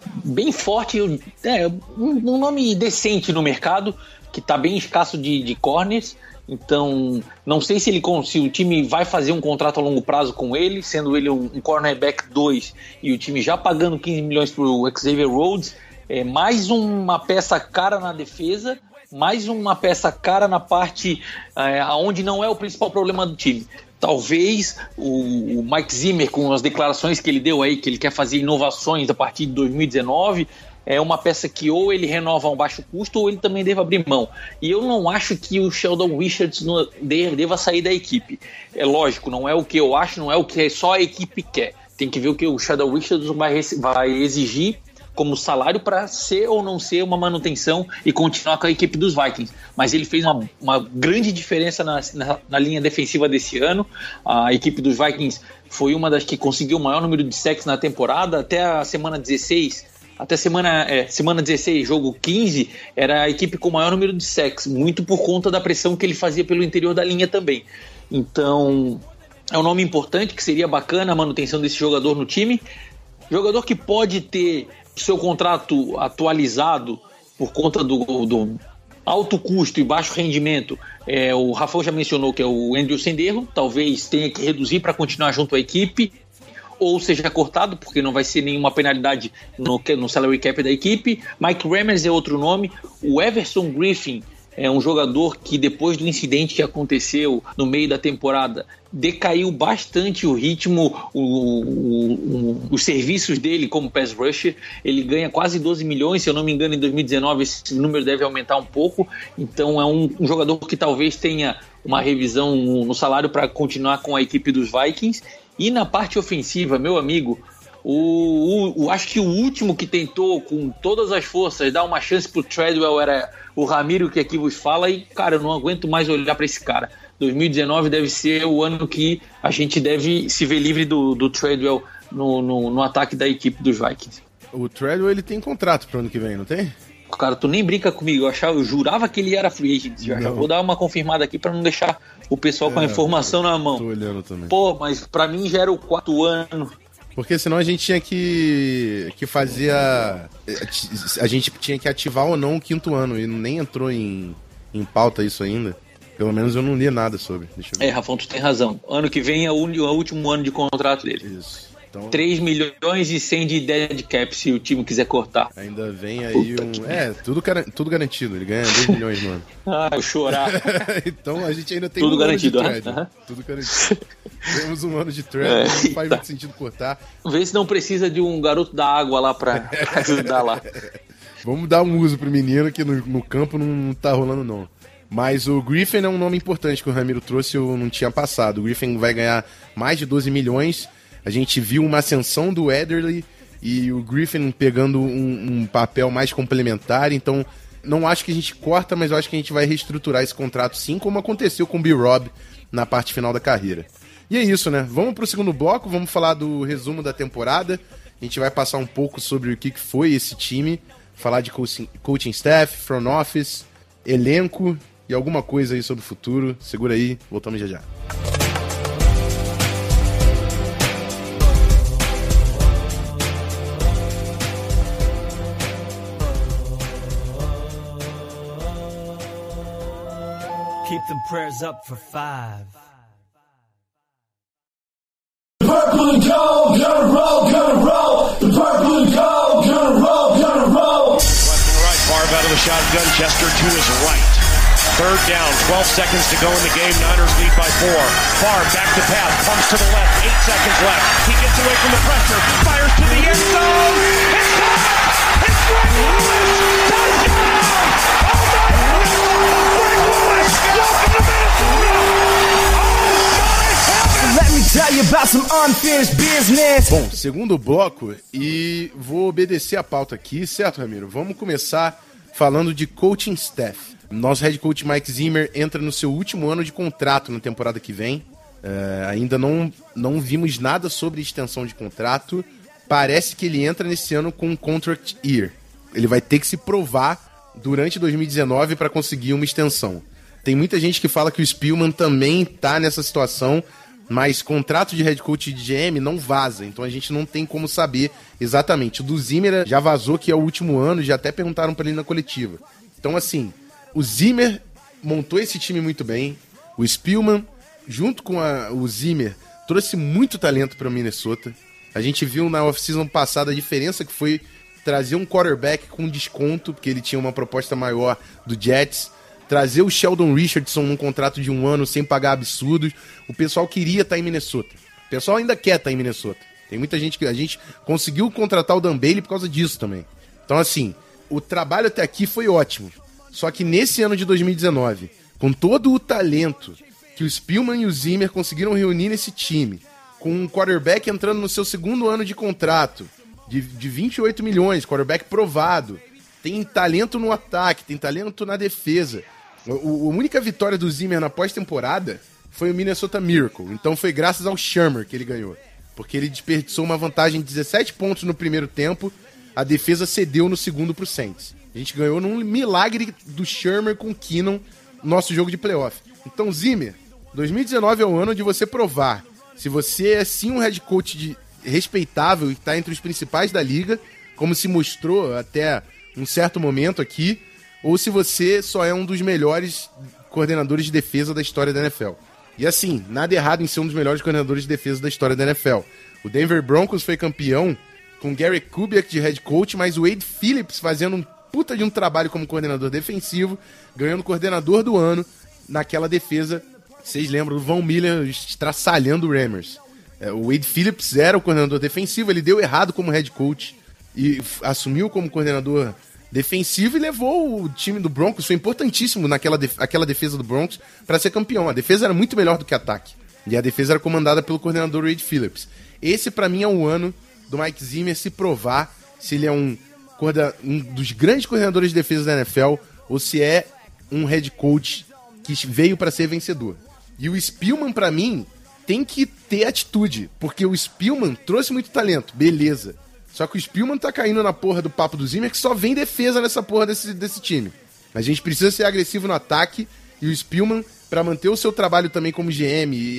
bem forte, um nome decente no mercado, que está bem escasso de corners. Então, não sei se o time vai fazer um contrato a longo prazo com ele, sendo ele um cornerback 2 e o time já pagando 15 milhões para o Xavier Rhodes. Mais uma peça cara na defesa, mais uma peça cara na parte onde não é o principal problema do time. Talvez o Mike Zimmer, com as declarações que ele deu aí, que ele quer fazer inovações a partir de 2019, é uma peça que ou ele renova a um baixo custo ou ele também deve abrir mão. E eu não acho que o Sheldon Richards deva sair da equipe. É lógico, não é o que eu acho, não é o que só a equipe quer. Tem que ver o que o Sheldon Richards vai exigir como salário para ser ou não ser uma manutenção e continuar com a equipe dos Vikings. Mas ele fez uma grande diferença na linha defensiva desse ano. A equipe dos Vikings foi uma das que conseguiu o maior número de sacks na temporada. Até a semana 16, semana 16, jogo 15, era a equipe com o maior número de sacks, muito por conta da pressão que ele fazia pelo interior da linha também. Então, é um nome importante, que seria bacana a manutenção desse jogador no time. Jogador que pode ter seu contrato atualizado por conta do alto custo e baixo rendimento. O Rafael já mencionou que é o Andrew Sendejo, talvez tenha que reduzir para continuar junto à equipe, ou seja cortado, porque não vai ser nenhuma penalidade no salary cap da equipe. Mike Remmers é outro nome. O Everson Griffin é um jogador que, depois do incidente que aconteceu no meio da temporada, decaiu bastante o ritmo, os serviços dele como pass rusher. Ele ganha quase 12 milhões, se eu não me engano, em 2019 esse número deve aumentar um pouco. Então é um jogador que talvez tenha uma revisão no salário para continuar com a equipe dos Vikings. E na parte ofensiva, meu amigo, acho que o último que tentou com todas as forças dar uma chance pro Treadwell era o Ramiro, que aqui vos fala, e cara, eu não aguento mais olhar para esse cara. 2019 deve ser o ano que a gente deve se ver livre do Treadwell no ataque da equipe dos Vikings. O Treadwell, ele tem contrato pro ano que vem, não tem? Cara, tu nem brinca comigo, eu jurava que ele era free agent. Já vou dar uma confirmada aqui para não deixar o pessoal com a informação na mão. Tô olhando também. Pô, mas para mim já era o 4º ano. Porque senão a gente tinha que fazer a gente tinha que ativar ou não o 5º ano, e nem entrou em pauta isso ainda. Pelo menos eu não li nada sobre. Deixa eu ver. Rafão, tu tem razão. Ano que vem é o último ano de contrato dele. Isso. Então, 3 milhões e 100 de dead cap, se o time quiser cortar. Ainda vem aí tudo garantido. Ele ganha 2 milhões no ano. Vou chorar. Então a gente ainda tem tudo um garantido, ano de trade. Tudo garantido. Temos um ano de trade, não faz muito sentido cortar. Vê se não precisa de um garoto da água lá pra ajudar lá. Vamos dar um uso pro menino, que no campo não tá rolando não. Mas o Griffin é um nome importante que o Ramiro trouxe, eu não tinha passado. O Griffin vai ganhar mais de 12 milhões. A gente viu uma ascensão do Ederle e o Griffin pegando um papel mais complementar. Então, não acho que a gente corta, mas eu acho que a gente vai reestruturar esse contrato sim, como aconteceu com o B-Rob na parte final da carreira. E é isso, né? Vamos pro segundo bloco, vamos falar do resumo da temporada. A gente vai passar um pouco sobre o que foi esse time, falar de coaching staff, front office, elenco e alguma coisa aí sobre o futuro. Segura aí, voltamos já já. Keep them prayers up for 5. The purple and gold, gonna roll. The purple and gold, gonna roll. Left and right, Favre out of the shotgun, Chester to his right. 3rd down, 12 seconds to go in the game, Niners lead by 4. Favre back to pass, pumps to the left, 8 seconds left. He gets away from the pressure, fires to the end zone. It's caught! It's Greg Lewis! Touchdown! Oh my God! Greg Lewis! Welcome to Minnesota! Let me tell you about some unfinished business. Bom, segundo bloco, e vou obedecer a pauta aqui, certo, Ramiro? Vamos começar falando de coaching staff. Nosso head coach Mike Zimmer entra no seu último ano de contrato na temporada que vem. Ainda não vimos nada sobre extensão de contrato. Parece que ele entra nesse ano com um contract year. Ele vai ter que se provar durante 2019 para conseguir uma extensão. Tem muita gente que fala que o Spielman também está nessa situação, Mas contrato de head coach e de GM não vaza, então a gente não tem como saber exatamente. O do Zimmer já vazou que é o último ano, já até perguntaram pra ele na coletiva. Então, assim, o Zimmer montou esse time muito bem. O Spielman, junto com o Zimmer, trouxe muito talento para o Minnesota. A gente viu na off-season passada a diferença que foi trazer um quarterback com desconto, porque ele tinha uma proposta maior do Jets. Trazer o Sheldon Richardson num contrato de 1 ano sem pagar absurdos. O pessoal queria estar em Minnesota. O pessoal ainda quer estar em Minnesota. Tem muita gente que... A gente conseguiu contratar o Dan Bailey por causa disso também. Então, assim, o trabalho até aqui foi ótimo. Só que nesse ano de 2019, com todo o talento que o Spielman e o Zimmer conseguiram reunir nesse time, com um quarterback entrando no seu 2º ano de contrato, de 28 milhões, quarterback provado, tem talento no ataque, tem talento na defesa. A única vitória do Zimmer na pós-temporada foi o Minnesota Miracle. Então foi graças ao Shurmur que ele ganhou. Porque ele desperdiçou uma vantagem de 17 pontos no primeiro tempo, a defesa cedeu no segundo pro Saints. A gente ganhou num milagre do Shurmur com o Keenum, nosso jogo de playoff. Então, Zimmer, 2019 é o ano de você provar se você é sim um head coach respeitável e está entre os principais da liga, como se mostrou até um certo momento aqui, ou se você só é um dos melhores coordenadores de defesa da história da NFL. E assim, nada errado em ser um dos melhores coordenadores de defesa da história da NFL. O Denver Broncos foi campeão com Gary Kubiak de head coach, mas o Wade Phillips fazendo um puta de um trabalho como coordenador defensivo, ganhando coordenador do ano naquela defesa. Vocês lembram do Von Miller estraçalhando o Raiders. O Wade Phillips era o coordenador defensivo, ele deu errado como head coach e assumiu como coordenador defensivo e levou o time do Broncos, foi importantíssimo aquela defesa do Broncos para ser campeão. A defesa era muito melhor do que o ataque. E a defesa era comandada pelo coordenador Wade Phillips. Esse, para mim, é o ano do Mike Zimmer se provar se ele é um dos grandes coordenadores de defesa da NFL ou se é um head coach que veio para ser vencedor. E o Spielman, para mim, tem que ter atitude, porque o Spielman trouxe muito talento, beleza. Só que o Spielman tá caindo na porra do papo do Zimmer, que só vem defesa nessa porra desse time. A gente precisa ser agressivo no ataque, e o Spielman, pra manter o seu trabalho também como GM e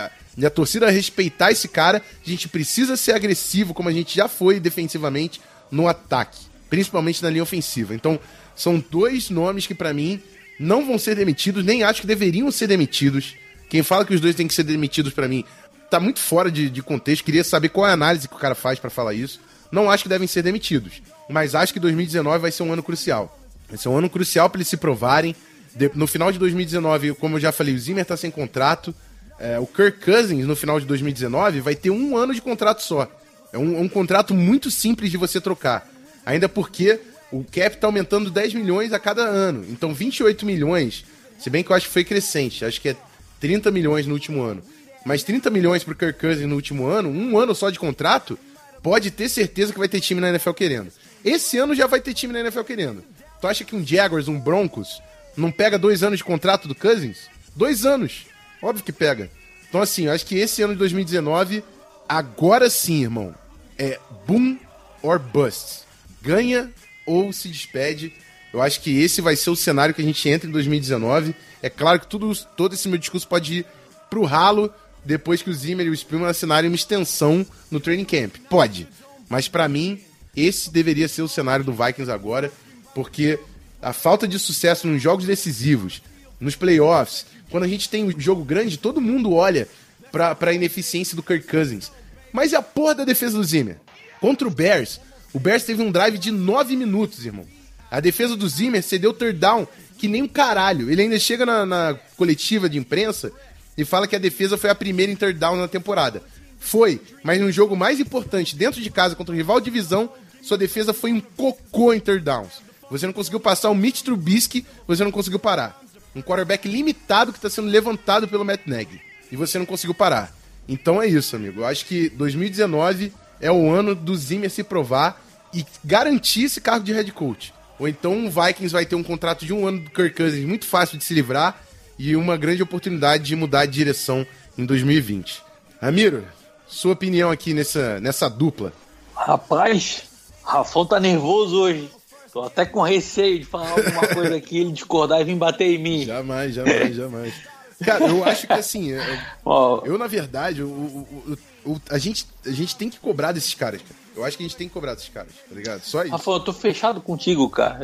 a torcida respeitar esse cara, a gente precisa ser agressivo, como a gente já foi defensivamente, no ataque. Principalmente na linha ofensiva. Então, são 2 nomes que pra mim não vão ser demitidos, nem acho que deveriam ser demitidos. Quem fala que os 2 têm que ser demitidos, pra mim, tá muito fora de contexto. Queria saber qual é a análise que o cara faz pra falar isso. Não acho que devem ser demitidos, mas acho que 2019 vai ser um ano crucial. Vai ser um ano crucial pra eles se provarem. No final de 2019, como eu já falei, o Zimmer tá sem contrato. O Kirk Cousins, no final de 2019, vai ter 1 ano de contrato só. É um contrato muito simples de você trocar. Ainda porque o cap tá aumentando 10 milhões a cada ano. Então 28 milhões, se bem que eu acho que foi crescente, acho que é 30 milhões no último ano. Mas 30 milhões pro Kirk Cousins no último ano, 1 ano só de contrato, pode ter certeza que vai ter time na NFL querendo. Esse ano já vai ter time na NFL querendo. Tu acha que um Jaguars, um Broncos, não pega 2 anos de contrato do Cousins? 2 anos. Óbvio que pega. Então assim, eu acho que esse ano de 2019, agora sim, irmão, é boom or bust. Ganha ou se despede. Eu acho que esse vai ser o cenário que a gente entra em 2019. É claro que todo esse meu discurso pode ir pro ralo depois que o Zimmer e o Spielman assinarem uma extensão no training camp. Pode. Mas pra mim, esse deveria ser o cenário do Vikings agora, porque a falta de sucesso nos jogos decisivos, nos playoffs, quando a gente tem um jogo grande, todo mundo olha pra ineficiência do Kirk Cousins. Mas e a porra da defesa do Zimmer? Contra o Bears teve um drive de 9 minutos, irmão. A defesa do Zimmer cedeu third down que nem um caralho. Ele ainda chega na coletiva de imprensa e fala que a defesa foi a primeira em third down na temporada. Foi, mas no jogo mais importante, dentro de casa, contra o rival de divisão, sua defesa foi um cocô em third downs. Você não conseguiu passar o Mitch Trubisky, você não conseguiu parar. Um quarterback limitado que está sendo levantado pelo Matt Nagy. E você não conseguiu parar. Então é isso, amigo. Eu acho que 2019 é o ano do Zimmer se provar e garantir esse cargo de head coach. Ou então o Vikings vai ter um contrato de 1 ano do Kirk Cousins muito fácil de se livrar e uma grande oportunidade de mudar de direção em 2020. Ramiro, sua opinião aqui nessa dupla? Rapaz, Rafão tá nervoso hoje. Tô até com receio de falar alguma coisa aqui, ele discordar e vir bater em mim. Jamais. Cara, eu acho que assim, eu na verdade, a gente tem que cobrar desses caras, cara. Eu acho que a gente tem que cobrar desses caras, tá ligado? Só isso. Rafa, eu tô fechado contigo, cara.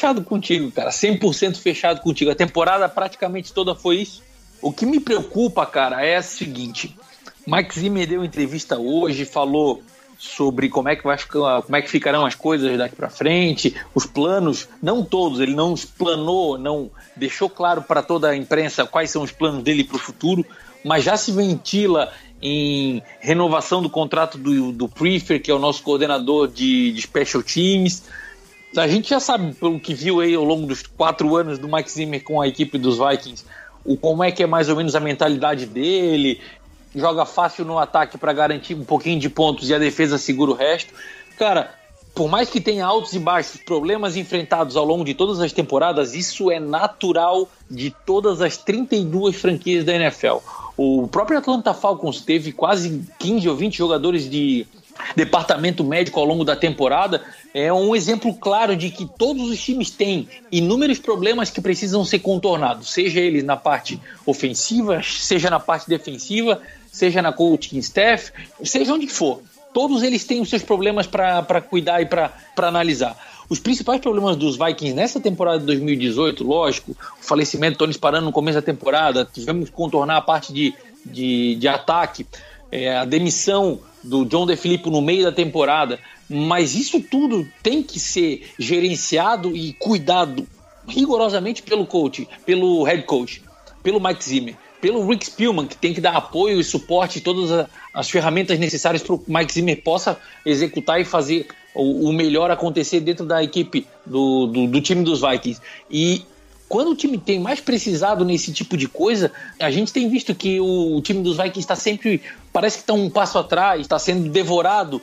100% fechado contigo. A temporada praticamente toda foi isso. O que me preocupa, cara, é o seguinte. Mike Zimmer deu entrevista hoje, falou sobre como é que ficarão as coisas daqui para frente, os planos, não todos, ele não explanou, não deixou claro para toda a imprensa quais são os planos dele para o futuro, mas já se ventila em renovação do contrato do Prefer, que é o nosso coordenador de Special Teams. A gente já sabe, pelo que viu aí ao longo dos 4 anos do Mike Zimmer com a equipe dos Vikings, como é que é mais ou menos a mentalidade dele. Joga fácil no ataque para garantir um pouquinho de pontos e a defesa segura o resto. Cara, por mais que tenha altos e baixos, problemas enfrentados ao longo de todas as temporadas, isso é natural de todas as 32 franquias da NFL. O próprio Atlanta Falcons teve quase 15 ou 20 jogadores de departamento médico ao longo da temporada. É um exemplo claro de que todos os times têm inúmeros problemas que precisam ser contornados, seja eles na parte ofensiva, seja na parte defensiva, seja na coaching staff, seja onde for. Todos eles têm os seus problemas para cuidar e para analisar. Os principais problemas dos Vikings nessa temporada de 2018, lógico, o falecimento do Tony Sparano no começo da temporada, tivemos que contornar a parte de ataque, a demissão do John DeFilippo no meio da temporada, mas isso tudo tem que ser gerenciado e cuidado rigorosamente pelo coach, pelo head coach, pelo Mike Zimmer, pelo Rick Spielman, que tem que dar apoio e suporte, todas as ferramentas necessárias para o Mike Zimmer possa executar e fazer o melhor acontecer dentro da equipe do time dos Vikings. E quando o time tem mais precisado nesse tipo de coisa, a gente tem visto que o time dos Vikings está sempre, parece que está um passo atrás, está sendo devorado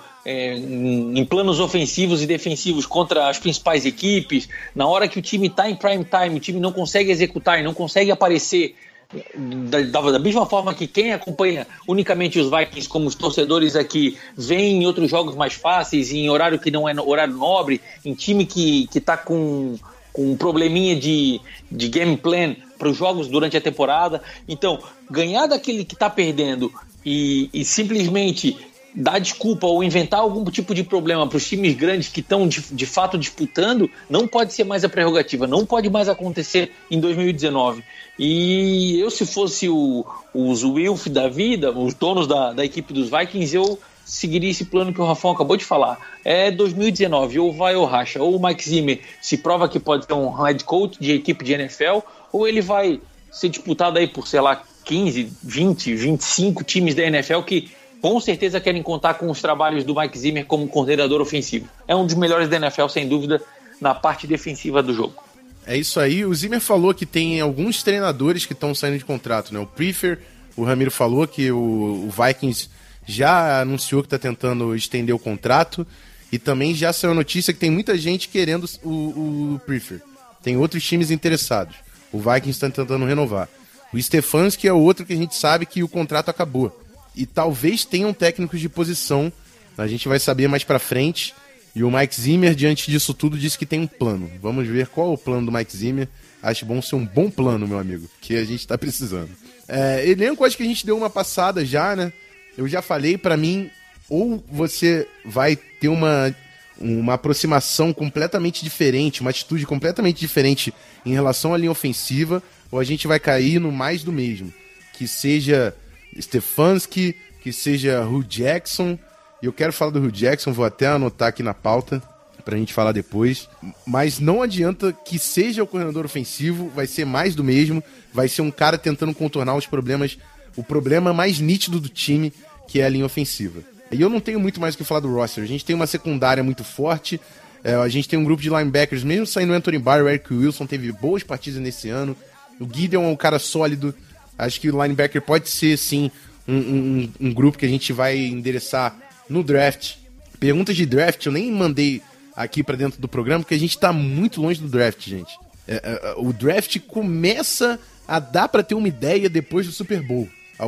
em planos ofensivos e defensivos contra as principais equipes. Na hora que o time está em prime time, o time não consegue executar e não consegue aparecer da mesma forma que quem acompanha unicamente os Vikings, como os torcedores aqui, vem em outros jogos mais fáceis, em horário que não é horário nobre, em time que está com um probleminha de game plan para os jogos durante a temporada. Então, ganhar daquele que está perdendo e simplesmente dar desculpa ou inventar algum tipo de problema para os times grandes que estão de fato disputando, não pode ser mais a prerrogativa, não pode mais acontecer em 2019. E eu, se fosse os Wilf da vida, os donos da equipe dos Vikings, eu seguiria esse plano que o Rafão acabou de falar. É 2019, ou vai ou racha. Ou o Mike Zimmer se prova que pode ser um head coach de equipe de NFL, ou ele vai ser disputado aí por, sei lá, 15, 20, 25 times da NFL que com certeza querem contar com os trabalhos do Mike Zimmer como coordenador ofensivo. É um dos melhores da NFL, sem dúvida, na parte defensiva do jogo. É isso aí. O Zimmer falou que tem alguns treinadores que estão saindo de contrato, né? O Prefer, o Ramiro falou que o Vikings já anunciou que está tentando estender o contrato, e também já saiu a notícia que tem muita gente querendo o Prefer. Tem outros times interessados. O Vikings está tentando renovar. O Stefanski é o outro que a gente sabe que o contrato acabou. E talvez tenham técnicos de posição, a gente vai saber mais pra frente. E o Mike Zimmer, diante disso tudo, disse que tem um plano. Vamos ver qual é o plano do Mike Zimmer. Acho bom ser um bom plano, meu amigo, que a gente tá precisando. Elenco, acho que a gente deu uma passada já, né? Eu já falei, pra mim, ou você vai ter uma aproximação completamente diferente, uma atitude completamente diferente em relação à linha ofensiva, ou a gente vai cair no mais do mesmo. Que seja Stefanski, que seja Hugh Jackson. E eu quero falar do Hugh Jackson, vou até anotar aqui na pauta pra gente falar depois. Mas não adianta que seja o coordenador ofensivo, vai ser mais do mesmo, vai ser um cara tentando contornar os problemas, o problema mais nítido do time, que é a linha ofensiva. E eu não tenho muito mais o que falar do roster. A gente tem uma secundária muito forte, a gente tem um grupo de linebackers, mesmo saindo o Anthony Barr, o Eric Wilson teve boas partidas nesse ano. O Gideon é um cara sólido. Acho que o linebacker pode ser, sim, um grupo que a gente vai endereçar no draft. Perguntas de draft eu nem mandei aqui pra dentro do programa, porque a gente tá muito longe do draft, gente. O draft começa a dar pra ter uma ideia depois do Super Bowl.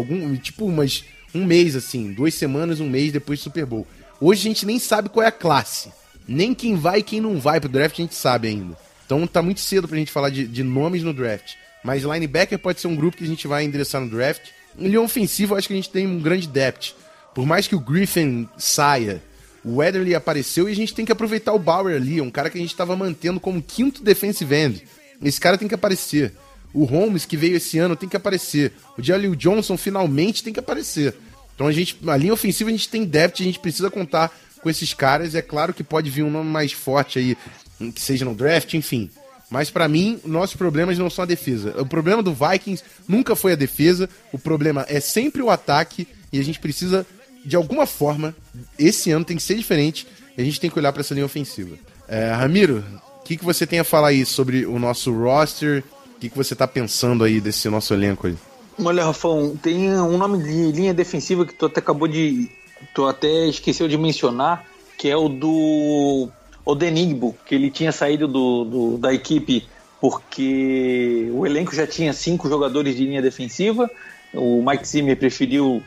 Um mês, assim, 2 semanas, um mês depois do Super Bowl. Hoje a gente nem sabe qual é a classe. Nem quem vai e quem não vai pro draft a gente sabe ainda. Então tá muito cedo pra gente falar de nomes no draft. Mas linebacker pode ser um grupo que a gente vai endereçar no draft. Em linha ofensiva, eu acho que a gente tem um grande depth. Por mais que o Griffin saia, o Weatherly apareceu e a gente tem que aproveitar o Bauer ali, um cara que a gente estava mantendo como quinto defensive end. Esse cara tem que aparecer. O Holmes, que veio esse ano, tem que aparecer. O Jaleel Johnson, finalmente, tem que aparecer. Então, a linha ofensiva, a gente tem depth, a gente precisa contar com esses caras. É claro que pode vir um nome mais forte aí, que seja no draft, enfim. Mas pra mim, nossos problemas não são a defesa. O problema do Vikings nunca foi a defesa, o problema é sempre o ataque, e a gente precisa, de alguma forma, esse ano tem que ser diferente, e a gente tem que olhar pra essa linha ofensiva. Ramiro, o que você tem a falar aí sobre o nosso roster? O que você tá pensando aí desse nosso elenco aí? Olha, Rafão, tem um nome de linha defensiva que tu até esqueceu de mencionar, que é o do Odenigbo, que ele tinha saído da equipe porque o elenco já tinha 5 jogadores de linha defensiva. O Mike Zimmer preferiu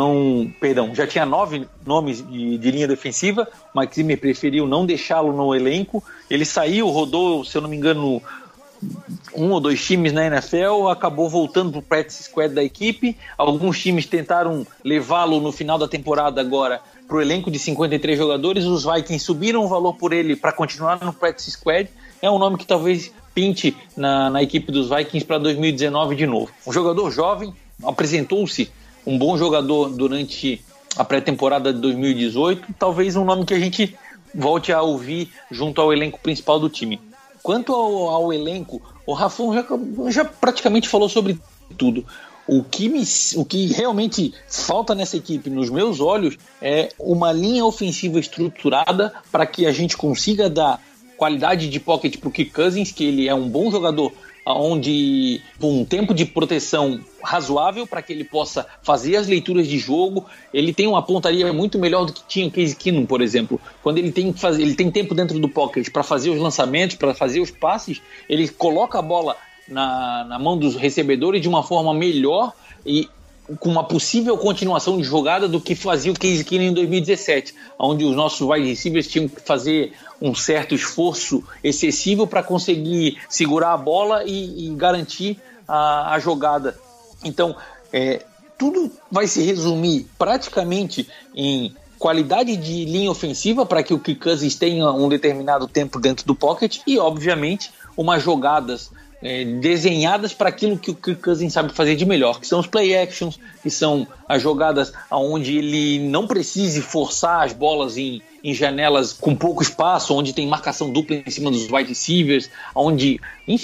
já tinha 9 nomes de linha defensiva. O Mike Zimmer preferiu não deixá-lo no elenco. Ele saiu, rodou, se eu não me engano, 1 ou 2 times na NFL, acabou voltando para o practice squad da equipe. Alguns times tentaram levá-lo no final da temporada agora para o elenco de 53 jogadores. Os Vikings subiram o valor por ele para continuar no practice squad. É um nome que talvez pinte na equipe dos Vikings para 2019 de novo. Um jogador jovem, apresentou-se um bom jogador durante a pré-temporada de 2018. Talvez um nome que a gente volte a ouvir junto ao elenco principal do time. Quanto ao elenco, o Rafão já praticamente falou sobre tudo. O que realmente falta nessa equipe, nos meus olhos, é uma linha ofensiva estruturada para que a gente consiga dar qualidade de pocket para o Kirk Cousins, que ele é um bom jogador, onde um tempo de proteção razoável para que ele possa fazer as leituras de jogo. Ele tem uma pontaria muito melhor do que tinha o Case Keenum, por exemplo. Quando ele tem tempo dentro do pocket para fazer os lançamentos, para fazer os passes, ele coloca a bola na mão dos recebedores de uma forma melhor e com uma possível continuação de jogada do que fazia o Case Keenum em 2017, onde os nossos wide receivers tinham que fazer um certo esforço excessivo para conseguir segurar a bola e garantir a jogada. Então, tudo vai se resumir praticamente em qualidade de linha ofensiva para que o Kirk Cousins tenha um determinado tempo dentro do pocket e, obviamente, umas jogadas desenhadas para aquilo que o Kirk Cousins sabe fazer de melhor, que são os play actions, que são as jogadas onde ele não precise forçar as bolas em janelas com pouco espaço, onde tem marcação dupla em cima dos wide receivers, onde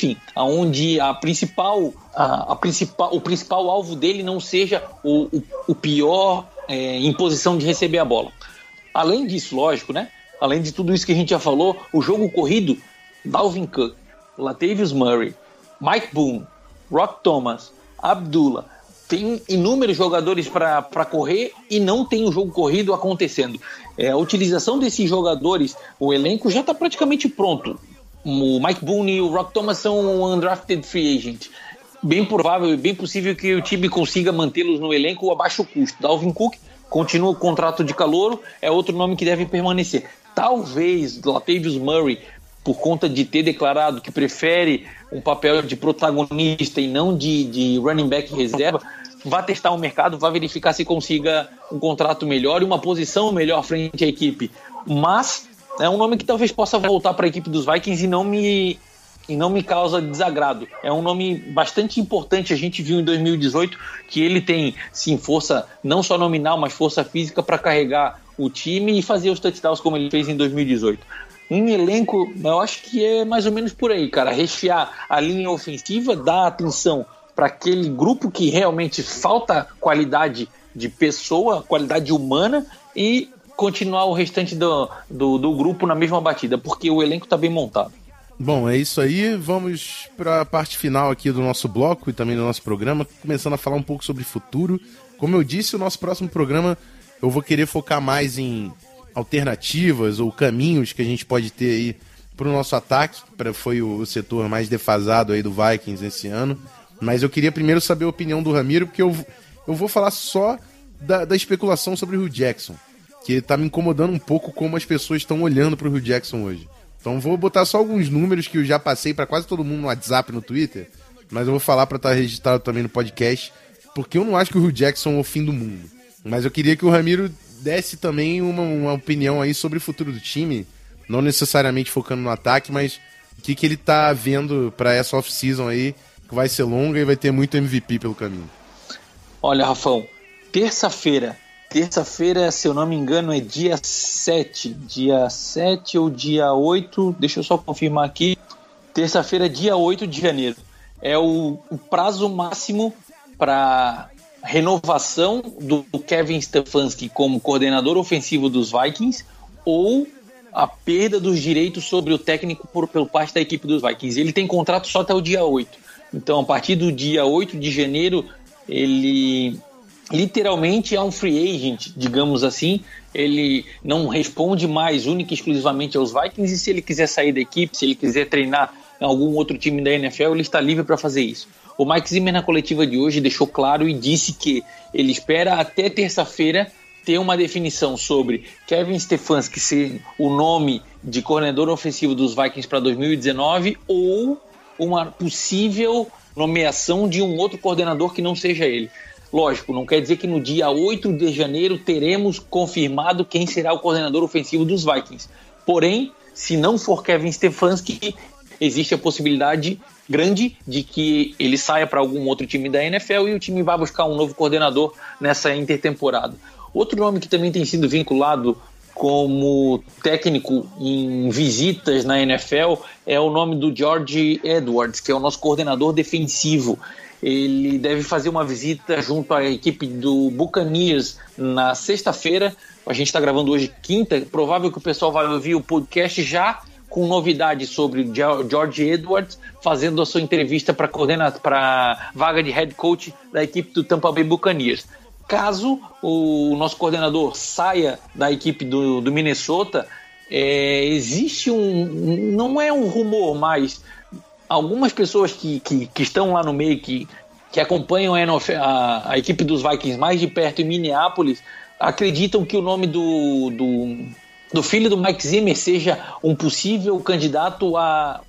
o principal alvo dele não seja o pior em posição de receber a bola. Além disso, lógico, né? Além de tudo isso que a gente já falou, o jogo corrido, Dalvin Cook, Latavius Murray, Mike Boone, Rock Thomas, Abdullah, tem inúmeros jogadores para correr e não tem o jogo corrido acontecendo. A utilização desses jogadores, o elenco já está praticamente pronto. O Mike Boone e o Rock Thomas são um undrafted free agent. Bem provável e bem possível que o time consiga mantê-los no elenco a baixo custo. Dalvin Cook continua o contrato de calouro, é outro nome que deve permanecer. Talvez Latavius Murray, por conta de ter declarado que prefere um papel de protagonista e não de running back reserva, vá testar o mercado, vá verificar se consiga um contrato melhor e uma posição melhor frente à equipe. Mas é um nome que talvez possa voltar para a equipe dos Vikings e não me causa desagrado. É um nome bastante importante. A gente viu em 2018 que ele tem, sim, força não só nominal, mas força física para carregar o time e fazer os touchdowns como ele fez em 2018. Um elenco, eu acho que é mais ou menos por aí, cara. Rechear a linha ofensiva, dar atenção para aquele grupo que realmente falta qualidade de pessoa, qualidade humana, e continuar o restante do grupo na mesma batida, porque o elenco está bem montado. Bom, é isso aí. Vamos para a parte final aqui do nosso bloco e também do nosso programa, começando a falar um pouco sobre futuro. Como eu disse, o nosso próximo programa eu vou querer focar mais em alternativas ou caminhos que a gente pode ter aí para o nosso ataque, foi o setor mais defasado aí do Vikings esse ano. Mas eu queria primeiro saber a opinião do Ramiro, porque eu vou falar só da especulação sobre o Hugh Jackson, que tá me incomodando um pouco como as pessoas estão olhando para o Hugh Jackson hoje. Então vou botar só alguns números que eu já passei para quase todo mundo no WhatsApp, no Twitter, mas eu vou falar pra estar registrado também no podcast, porque eu não acho que o Hugh Jackson é o fim do mundo. Mas eu queria que o Ramiro desse também uma opinião aí sobre o futuro do time, não necessariamente focando no ataque, mas o que ele tá vendo pra essa off-season aí, que vai ser longa e vai ter muito MVP pelo caminho. Olha, Rafão, terça-feira, se eu não me engano, é dia 7 ou dia 8, deixa eu só confirmar aqui, terça-feira, dia 8 de janeiro, é o prazo máximo para renovação do Kevin Stefanski como coordenador ofensivo dos Vikings ou a perda dos direitos sobre o técnico pelo parte da equipe dos Vikings. Ele tem contrato só até o dia 8. Então, a partir do dia 8 de janeiro, ele literalmente é um free agent, digamos assim. Ele não responde mais única e exclusivamente aos Vikings, e se ele quiser sair da equipe, se ele quiser treinar em algum outro time da NFL, ele está livre para fazer isso. O Mike Zimmer, na coletiva de hoje, deixou claro e disse que ele espera até terça-feira ter uma definição sobre Kevin Stefanski ser o nome de coordenador ofensivo dos Vikings para 2019 ou uma possível nomeação de um outro coordenador que não seja ele. Lógico, não quer dizer que no dia 8 de janeiro teremos confirmado quem será o coordenador ofensivo dos Vikings. Porém, se não for Kevin Stefanski, existe a possibilidade grande de que ele saia para algum outro time da NFL e o time vai buscar um novo coordenador nessa intertemporada. Outro nome que também tem sido vinculado como técnico em visitas na NFL é o nome do George Edwards, que é o nosso coordenador defensivo. Ele deve fazer uma visita junto à equipe do Buccaneers na sexta-feira. A gente está gravando hoje quinta, é provável que o pessoal vai ouvir o podcast já com novidades sobre o George Edwards fazendo a sua entrevista para a vaga de head coach da equipe do Tampa Bay Buccaneers. Caso o nosso coordenador saia da equipe do Minnesota, existe não é um rumor, mas algumas pessoas que estão lá no meio, que acompanham a equipe dos Vikings mais de perto em Minneapolis, acreditam que o nome do filho do Mike Zimmer seja um possível candidato à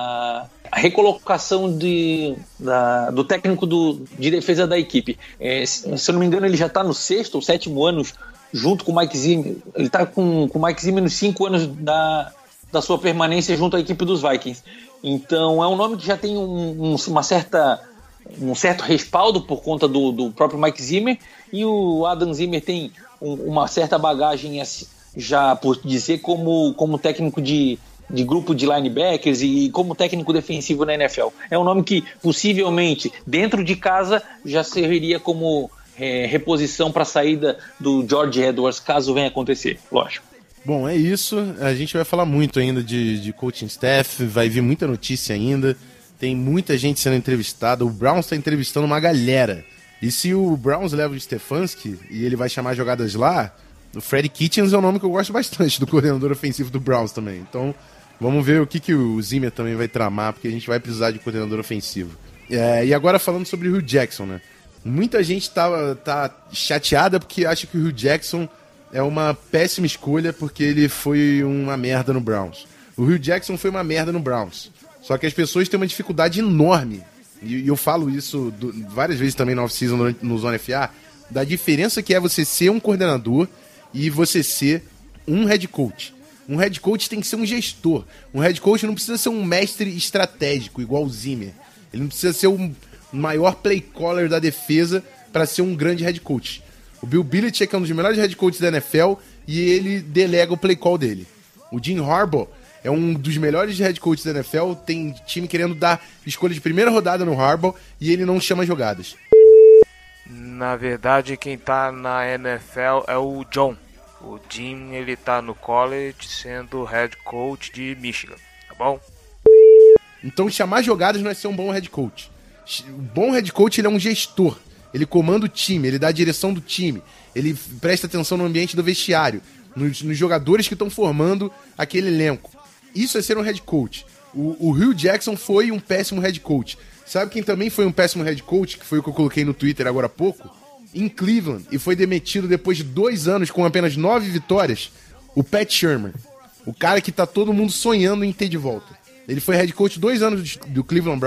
recolocação do técnico de defesa da equipe. Se eu não me engano, ele já está no 6º ou 7º ano junto com o Mike Zimmer. Ele está com o Mike Zimmer nos 5 anos da sua permanência junto à equipe dos Vikings. Então é um nome que já tem um certo respaldo por conta do próprio Mike Zimmer, e o Adam Zimmer tem uma certa bagagem já por dizer como técnico de grupo de linebackers e como técnico defensivo na NFL. É um nome que possivelmente dentro de casa já serviria como reposição para a saída do George Edwards, caso venha acontecer, lógico. Bom, é isso. A gente vai falar muito ainda de coaching staff, vai vir muita notícia ainda, tem muita gente sendo entrevistada, o Browns está entrevistando uma galera. E se o Browns leva o Stefanski e ele vai chamar jogadas lá, o Freddie Kitchens é um nome que eu gosto bastante do coordenador ofensivo do Browns também. Então, vamos ver o que o Zimmer também vai tramar, porque a gente vai precisar de coordenador ofensivo. E agora falando sobre o Hugh Jackson, né? Muita gente tá chateada porque acha que o Hugh Jackson é uma péssima escolha porque ele foi uma merda no Browns. O Hugh Jackson foi uma merda no Browns. Só que as pessoas têm uma dificuldade enorme, e eu falo isso várias vezes também na off-season no Zona FA, da diferença que é você ser um coordenador e você ser um head coach. Um head coach tem que ser um gestor. Um head coach não precisa ser um mestre estratégico, igual o Zimmer. Ele não precisa ser o maior play caller da defesa para ser um grande head coach. O Bill Belichick é um dos melhores head coaches da NFL e ele delega o play call dele. O Jim Harbaugh é um dos melhores head coaches da NFL, tem time querendo dar escolha de primeira rodada no Harbaugh e ele não chama jogadas. Na verdade, quem tá na NFL é o John. O Jim, ele tá no college sendo head coach de Michigan, tá bom? Então chamar jogadas não é ser um bom head coach. O bom head coach, ele é um gestor. Ele comanda o time, ele dá a direção do time, ele presta atenção no ambiente do vestiário, nos jogadores que estão formando aquele elenco. Isso é ser um head coach. O Hugh Jackson foi um péssimo head coach. Sabe quem também foi um péssimo head coach, que foi o que eu coloquei no Twitter agora há pouco? Em Cleveland, e foi demitido depois de 2 anos com apenas 9 vitórias, o Pat Shurmur. O cara que tá todo mundo sonhando em ter de volta. Ele foi head coach 2 anos do Cleveland Browns,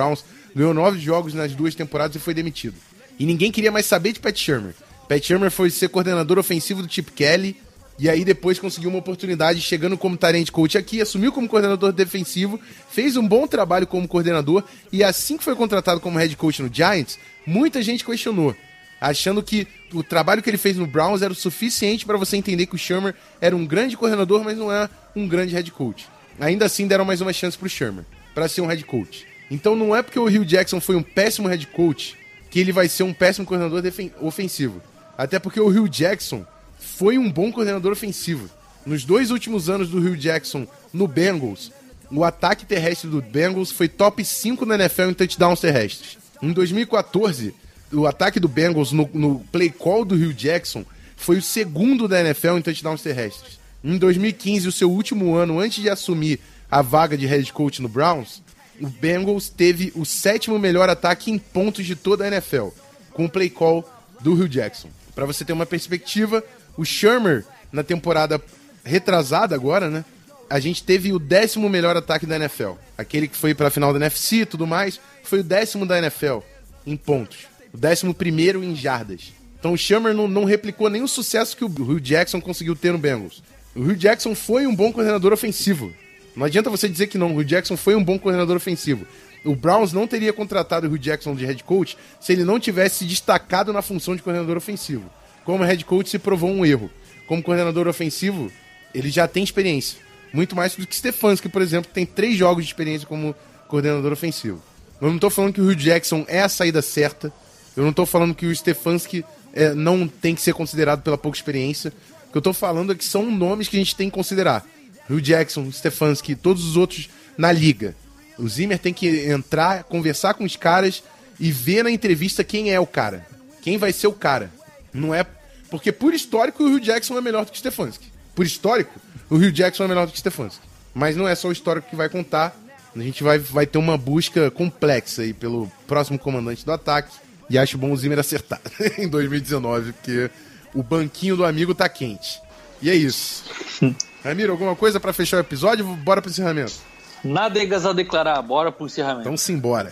ganhou 9 jogos nas 2 temporadas e foi demitido. E ninguém queria mais saber de Pat Shurmur. Pat Shurmur foi ser coordenador ofensivo do Chip Kelly, e aí depois conseguiu uma oportunidade chegando como talent coach aqui, assumiu como coordenador defensivo, fez um bom trabalho como coordenador, e assim que foi contratado como head coach no Giants, muita gente questionou, achando que o trabalho que ele fez no Browns era o suficiente para você entender que o Shurmur era um grande coordenador, mas não é um grande head coach. Ainda assim deram mais uma chance pro Shurmur, para ser um head coach. Então não é porque o Hugh Jackson foi um péssimo head coach que ele vai ser um péssimo coordenador ofensivo. Até porque o Hugh Jackson foi um bom coordenador ofensivo. Nos 2 últimos anos do Hugh Jackson no Bengals, o ataque terrestre do Bengals foi top 5 na NFL em touchdowns terrestres. Em 2014, o ataque do Bengals no play call do Hugh Jackson foi o segundo da NFL em touchdowns terrestres. Em 2015, o seu último ano antes de assumir a vaga de head coach no Browns, o Bengals teve o 7º melhor ataque em pontos de toda a NFL, com o play call do Hugh Jackson. Para você ter uma perspectiva, o Shurmur, na temporada retrasada agora, né? A gente teve o 10º melhor ataque da NFL. Aquele que foi pra final da NFC e tudo mais, foi o 10º da NFL em pontos. O 11º em jardas. Então o Shurmur não replicou nem o sucesso que o Hugh Jackson conseguiu ter no Bengals. O Hugh Jackson foi um bom coordenador ofensivo. Não adianta você dizer que não, o Hugh Jackson foi um bom coordenador ofensivo. O Browns não teria contratado o Hugh Jackson de head coach se ele não tivesse se destacado na função de coordenador ofensivo. Como head coach se provou um erro. Como coordenador ofensivo, ele já tem experiência. Muito mais do que Stefanski, por exemplo, que tem 3 jogos de experiência como coordenador ofensivo. Eu não estou falando que o Hugh Jackson é a saída certa. Eu não estou falando que o Stefanski não tem que ser considerado pela pouca experiência. O que eu estou falando é que são nomes que a gente tem que considerar. Hugh Jackson, Stefanski e todos os outros na liga. O Zimmer tem que entrar, conversar com os caras e ver na entrevista quem é o cara. Quem vai ser o cara. Não é... Porque por histórico o Hugh Jackson é melhor do que o Stefanski. Por histórico, o Hugh Jackson é melhor do que o Stefanski. Mas não é só o histórico que vai contar. A gente vai ter uma busca complexa aí pelo próximo comandante do ataque. E acho bom o Zimmer acertar em 2019, porque o banquinho do amigo tá quente. E é isso. Ramiro, alguma coisa pra fechar o episódio? Bora pro encerramento. Nádegas a declarar, bora pro encerramento. Então simbora.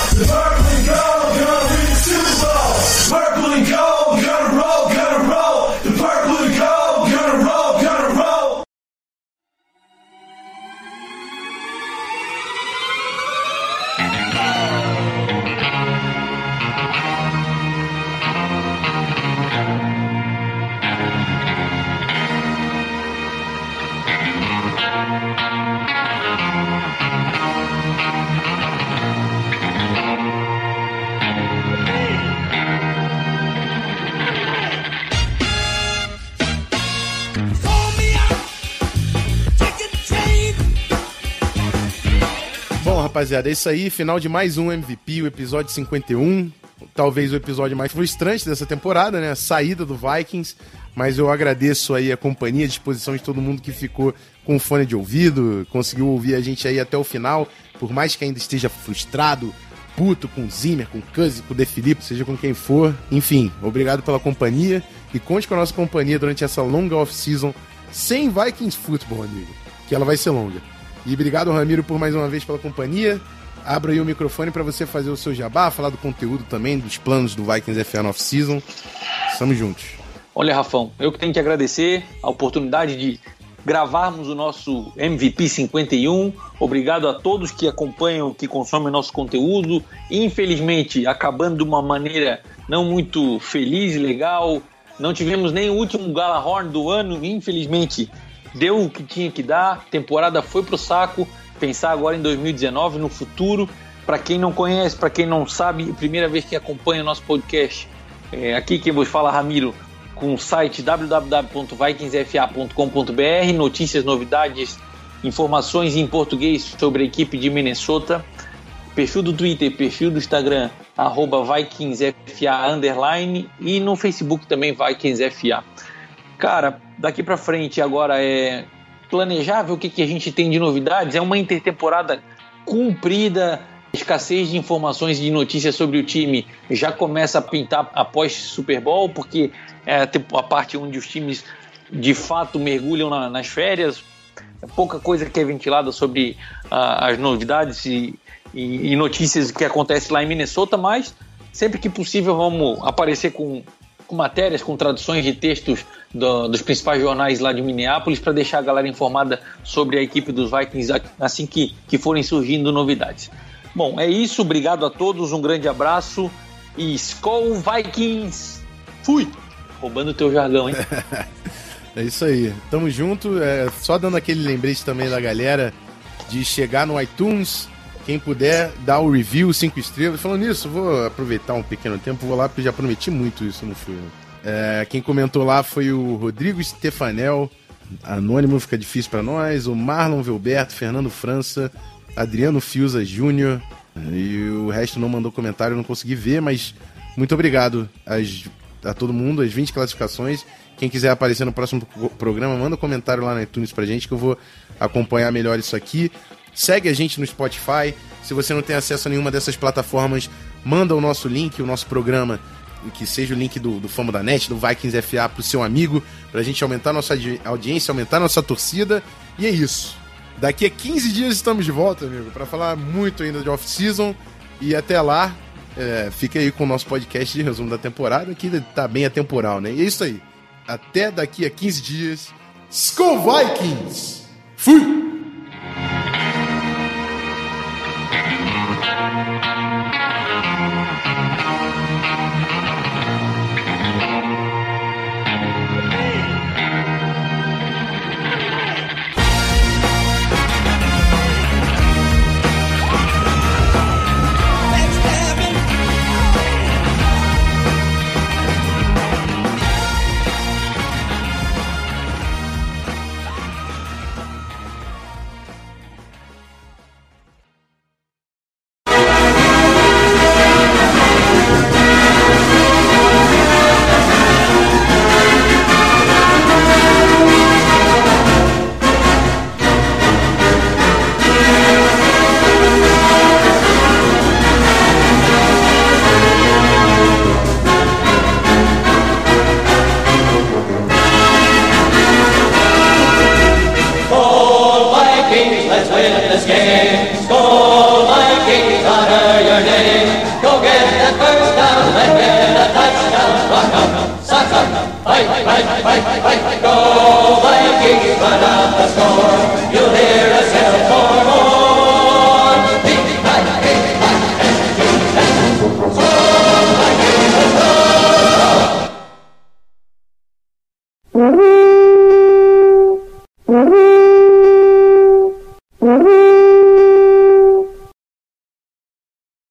Rapaziada, é isso aí, final de mais um MVP, o episódio 51, talvez o episódio mais frustrante dessa temporada, né, a saída do Vikings, mas eu agradeço aí a companhia, a disposição de todo mundo que ficou com fone de ouvido, conseguiu ouvir a gente aí até o final, por mais que ainda esteja frustrado, puto com o Zimmer, com o Cousins, com o De Filippo, seja com quem for, enfim, obrigado pela companhia e conte com a nossa companhia durante essa longa off-season sem Vikings Football, amigo, que ela vai ser longa. E obrigado, Ramiro, por mais uma vez pela companhia. Abra aí o microfone para você fazer o seu jabá, falar do conteúdo também, dos planos do Vikings FA no off-season. Estamos juntos. Olha, Rafão, eu que tenho que agradecer a oportunidade de gravarmos o nosso MVP 51. Obrigado a todos que acompanham, que consomem nosso conteúdo. Infelizmente, acabando de uma maneira não muito feliz e legal. Não tivemos nem o último Gala-Horn do ano, infelizmente. Deu o que tinha que dar, temporada foi pro saco, pensar agora em 2019, no futuro. Para quem não conhece, para quem não sabe, primeira vez que acompanha o nosso podcast, aqui quem vos fala, Ramiro, com o site www.vikingsfa.com.br, notícias, novidades, informações em português sobre a equipe de Minnesota, perfil do Twitter, perfil do Instagram, @VikingsFA_ e no Facebook também VikingsFA. Cara, daqui pra frente agora é planejável o que a gente tem de novidades. É uma intertemporada cumprida, escassez de informações e de notícias sobre o time já começa a pintar após Super Bowl, porque é a parte onde os times de fato mergulham nas férias. É pouca coisa que é ventilada sobre as novidades e e notícias do que acontece lá em Minnesota, mas sempre que possível vamos aparecer com matérias, com traduções de textos dos principais jornais lá de Minneapolis para deixar a galera informada sobre a equipe dos Vikings assim que forem surgindo novidades. Bom, é isso, obrigado a todos, um grande abraço e Skol Vikings! Fui! Roubando o teu jargão, hein? É isso aí, tamo junto, só dando aquele lembrete também da galera de chegar no iTunes, quem puder dar o review 5 estrelas. Falando nisso, vou aproveitar um pequeno tempo, vou lá porque já prometi muito isso no filme. Quem comentou lá foi o Rodrigo Stefanel, anônimo, fica difícil pra nós, o Marlon Velberto, Fernando França, Adriano Fiuza Júnior, e o resto não mandou comentário, eu não consegui ver, mas muito obrigado a todo mundo, as 20 classificações. Quem quiser aparecer no próximo programa, manda um comentário lá no iTunes pra gente que eu vou acompanhar melhor isso aqui. Segue a gente no Spotify. Se você não tem acesso a nenhuma dessas plataformas, manda o nosso link, o nosso programa, que seja o link do Famo da Net, do Vikings FA, pro seu amigo, pra gente aumentar nossa audiência, aumentar nossa torcida. E é isso. Daqui a 15 dias estamos de volta, amigo, pra falar muito ainda de off-season. E até lá, fica aí com o nosso podcast de resumo da temporada, que tá bem atemporal, né? E é isso aí. Até daqui a 15 dias. Skol Vikings! Fui!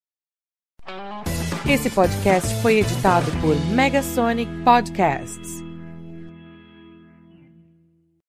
Esse podcast foi editado por Megasonic Podcasts.